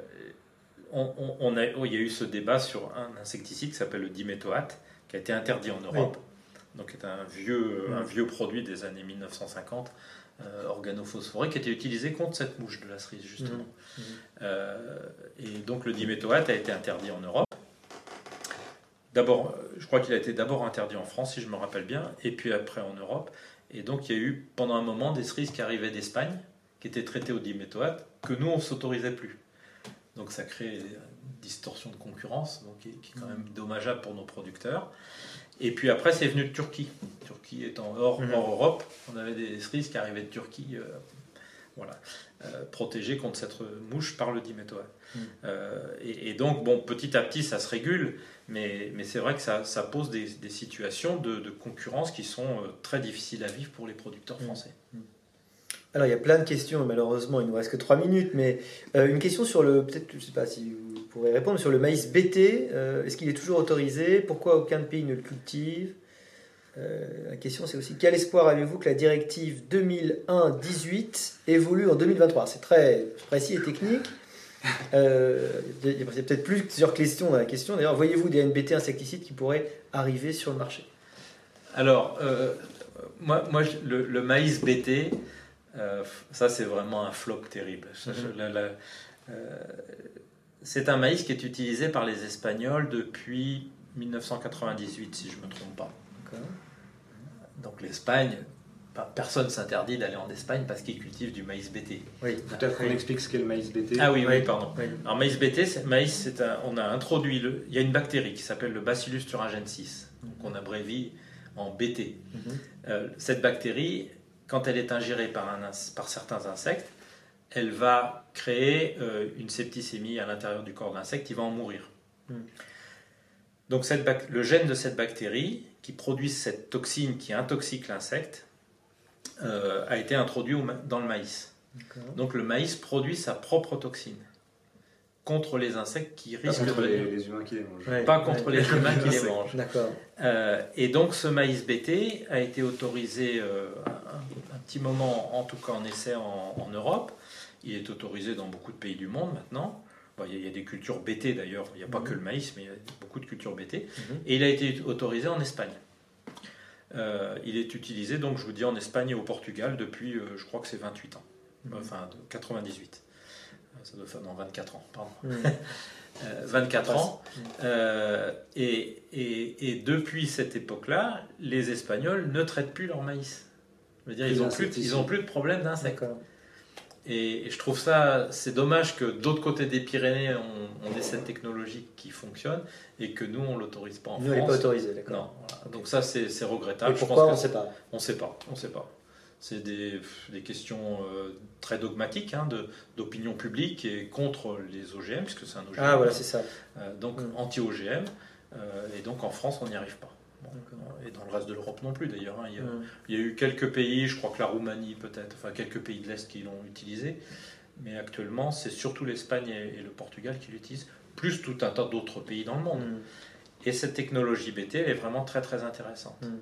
on, on a, oh, il y a eu ce débat sur un insecticide qui s'appelle le diméthoate, qui a été interdit en Europe. Oui. Donc c'est un vieux, ouais. un vieux produit des années mille neuf cent cinquante, euh, organophosphoré, qui était utilisé contre cette mouche de la cerise justement. Mmh. Mmh. Euh, et donc le diméthoate a été interdit en Europe. d'abord, je crois qu'il a été d'abord interdit en France, si je me rappelle bien, et puis après en Europe. Et donc, il y a eu pendant un moment des cerises qui arrivaient d'Espagne, qui étaient traitées au diméthoate, que nous, on ne s'autorisait plus. Donc, ça crée une distorsion de concurrence, donc, qui est quand même dommageable pour nos producteurs. Et puis après, c'est venu de Turquie. Turquie étant hors, mmh. hors Europe, on avait des cerises qui arrivaient de Turquie, euh, voilà, euh, protégées contre cette mouche par le diméthoate. Mmh. Euh, et, et donc, bon, petit à petit, ça se régule, mais, mais c'est vrai que ça, ça pose des, des situations de, de concurrence qui sont euh, très difficiles à vivre pour les producteurs français. Mmh. Alors, il y a plein de questions, malheureusement, il ne nous reste que trois minutes, mais euh, une question sur le, peut-être, je ne sais pas si vous pourrez répondre, sur le maïs B T, euh, est-ce qu'il est toujours autorisé? Pourquoi aucun pays ne le cultive? euh, La question, c'est aussi, quel espoir avez-vous que la directive deux mille un dix-huit évolue en deux mille vingt-trois? C'est très précis et technique. Euh, il y a peut-être plusieurs questions dans la question. D'ailleurs, voyez-vous des N B T insecticides qui pourraient arriver sur le marché? Alors, euh, moi, moi le, le maïs B T... Euh, ça, c'est vraiment un flop terrible. Mm-hmm. la, la, euh, c'est un maïs qui est utilisé par les Espagnols depuis mille neuf cent quatre-vingt-dix-huit, si je ne me trompe pas. Okay. Donc l'Espagne, bah, personne ne s'interdit d'aller en Espagne parce qu'ils cultivent du maïs B T. Oui, peut-être qu'on explique ce qu'est le maïs B T. Ah oui, oui, pardon. Oui. Alors maïs B T, c'est, maïs, c'est un, on a introduit, le, il y a une bactérie qui s'appelle le Bacillus thuringiensis, qu'on abrévie en B T. Mm-hmm. Euh, cette bactérie, quand elle est ingérée par, un, par certains insectes, elle va créer euh, une septicémie à l'intérieur du corps de l'insecte, il va en mourir. Mm. Donc cette, le gène de cette bactérie, qui produit cette toxine qui intoxique l'insecte, euh, a été introduit au, dans le maïs. D'accord. Donc le maïs produit sa propre toxine contre les insectes qui risquent pas contre de... les, les humains qui les mangent. Ouais, pas contre ouais. les humains qui les mangent. D'accord. Euh, et donc ce maïs B T a été autorisé euh, un, un petit moment, en tout cas en essai en, en Europe. Il est autorisé dans beaucoup de pays du monde maintenant. Bon, il y a des cultures B T d'ailleurs, il n'y a pas mmh. que le maïs, mais il y a beaucoup de cultures B T. Mmh. Et il a été autorisé en Espagne. Euh, il est utilisé, donc je vous dis, en Espagne et au Portugal depuis, euh, je crois que c'est vingt-huit ans. Mmh. Enfin, de quatre-vingt-dix-huit. Ça doit faire dans vingt-quatre ans, pardon. Mmh. euh, vingt-quatre ans. Euh, et, et, et depuis cette époque-là, les Espagnols ne traitent plus leur maïs. Je veux dire, ils n'ont plus, ils ont plus de problème d'insectes. Et, et je trouve ça, c'est dommage que d'autre côté des Pyrénées, on, on ait cette technologie qui fonctionne et que nous, on ne l'autorise pas en nous, France. Nous, elle n'est pas autorisée, d'accord. Non, voilà. Donc ça, c'est, c'est regrettable. Et pourquoi, on ne sait pas. On ne sait pas, on ne sait pas. C'est des, des questions euh, très dogmatiques hein, de, d'opinion publique et contre les O G M, puisque c'est un O G M. Ah voilà, c'est ça. Euh, donc mmh. anti-O G M. Euh, et donc en France, on n'y arrive pas. Bon, et dans le reste de l'Europe non plus d'ailleurs. Hein. Il, y a, mmh. il y a eu quelques pays, je crois que la Roumanie peut-être, enfin quelques pays de l'Est qui l'ont utilisé. Mais actuellement, c'est surtout l'Espagne et, et le Portugal qui l'utilisent, plus tout un tas d'autres pays dans le monde. Mmh. Et cette technologie B T, elle est vraiment très très intéressante. Mmh.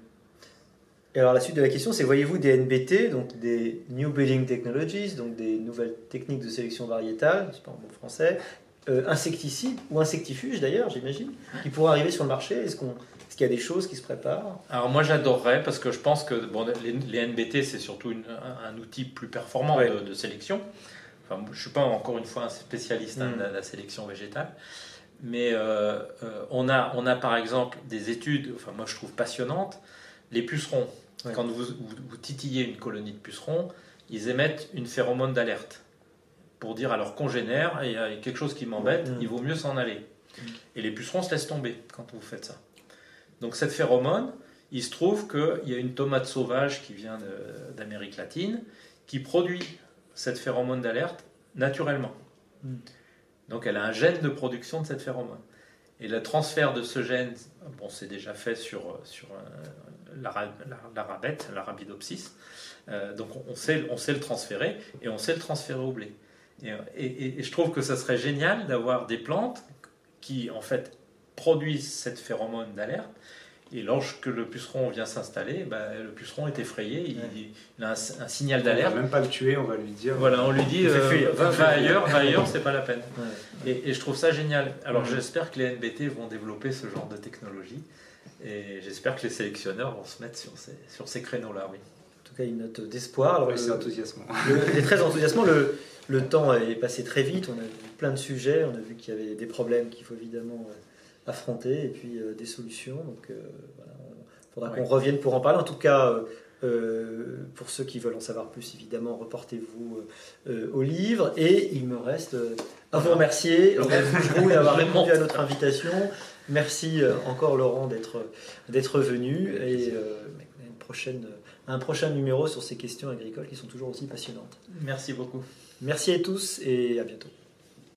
Et alors la suite de la question, c'est voyez-vous des N B T, donc des New Breeding Technologies, donc des nouvelles techniques de sélection variétale, je sais pas en bon français, euh, insecticides ou insectifuges d'ailleurs, j'imagine, qui pourraient arriver sur le marché. Est-ce, qu'on, est-ce qu'il y a des choses qui se préparent? Alors moi j'adorerais parce que je pense que bon, les, les N B T c'est surtout une, un, un outil plus performant ouais. de, de sélection. Enfin, je ne suis pas encore une fois un spécialiste hein, mmh. de, la, de la sélection végétale. Mais euh, euh, on, a, on a par exemple des études, enfin moi je trouve passionnantes, les pucerons. Ouais. Quand vous, vous, vous titillez une colonie de pucerons, ils émettent une phéromone d'alerte pour dire à leurs congénères il y a quelque chose qui m'embête, mmh. il vaut mieux s'en aller. Mmh. Et les pucerons se laissent tomber quand vous faites ça. Donc cette phéromone, il se trouve qu'il y a une tomate sauvage qui vient de, d'Amérique latine qui produit cette phéromone d'alerte naturellement. Mmh. Donc elle a un gène de production de cette phéromone. Et le transfert de ce gène, bon, c'est déjà fait sur, sur euh, la, la, la rabette, l'Arabidopsis. Euh, donc on sait, on sait le transférer et on sait le transférer au blé. Et, et, et je trouve que ça serait génial d'avoir des plantes qui en fait produisent cette phéromone d'alerte. Et lorsque le puceron vient s'installer, bah, le puceron est effrayé, il, ouais. il a un, un signal d'alerte. On ne va même pas le tuer, on va lui dire. Voilà, on lui dit euh, va, va ailleurs, va ailleurs, c'est pas la peine. Ouais. Et, et je trouve ça génial. Alors ouais. j'espère que les N B T vont développer ce genre de technologie et j'espère que les sélectionneurs vont se mettre sur ces, sur ces créneaux-là. Oui. En tout cas, une note d'espoir. Alors, oui, c'est enthousiasmant. C'est très enthousiasmant. Le, le temps est passé très vite, on a vu plein de sujets, on a vu qu'il y avait des problèmes qu'il faut évidemment affronter et puis euh, des solutions. Donc euh, voilà, il faudra Ouais. qu'on revienne pour en parler. En tout cas, euh, euh, pour ceux qui veulent en savoir plus, évidemment, reportez-vous euh, au livre. Et il me reste euh, à vous remercier, André Fougeroux, d'avoir répondu à notre invitation. Merci euh, encore Laurent d'être d'être venu et euh, une prochaine, un prochain numéro sur ces questions agricoles qui sont toujours aussi passionnantes. Merci beaucoup. Merci à tous et à bientôt.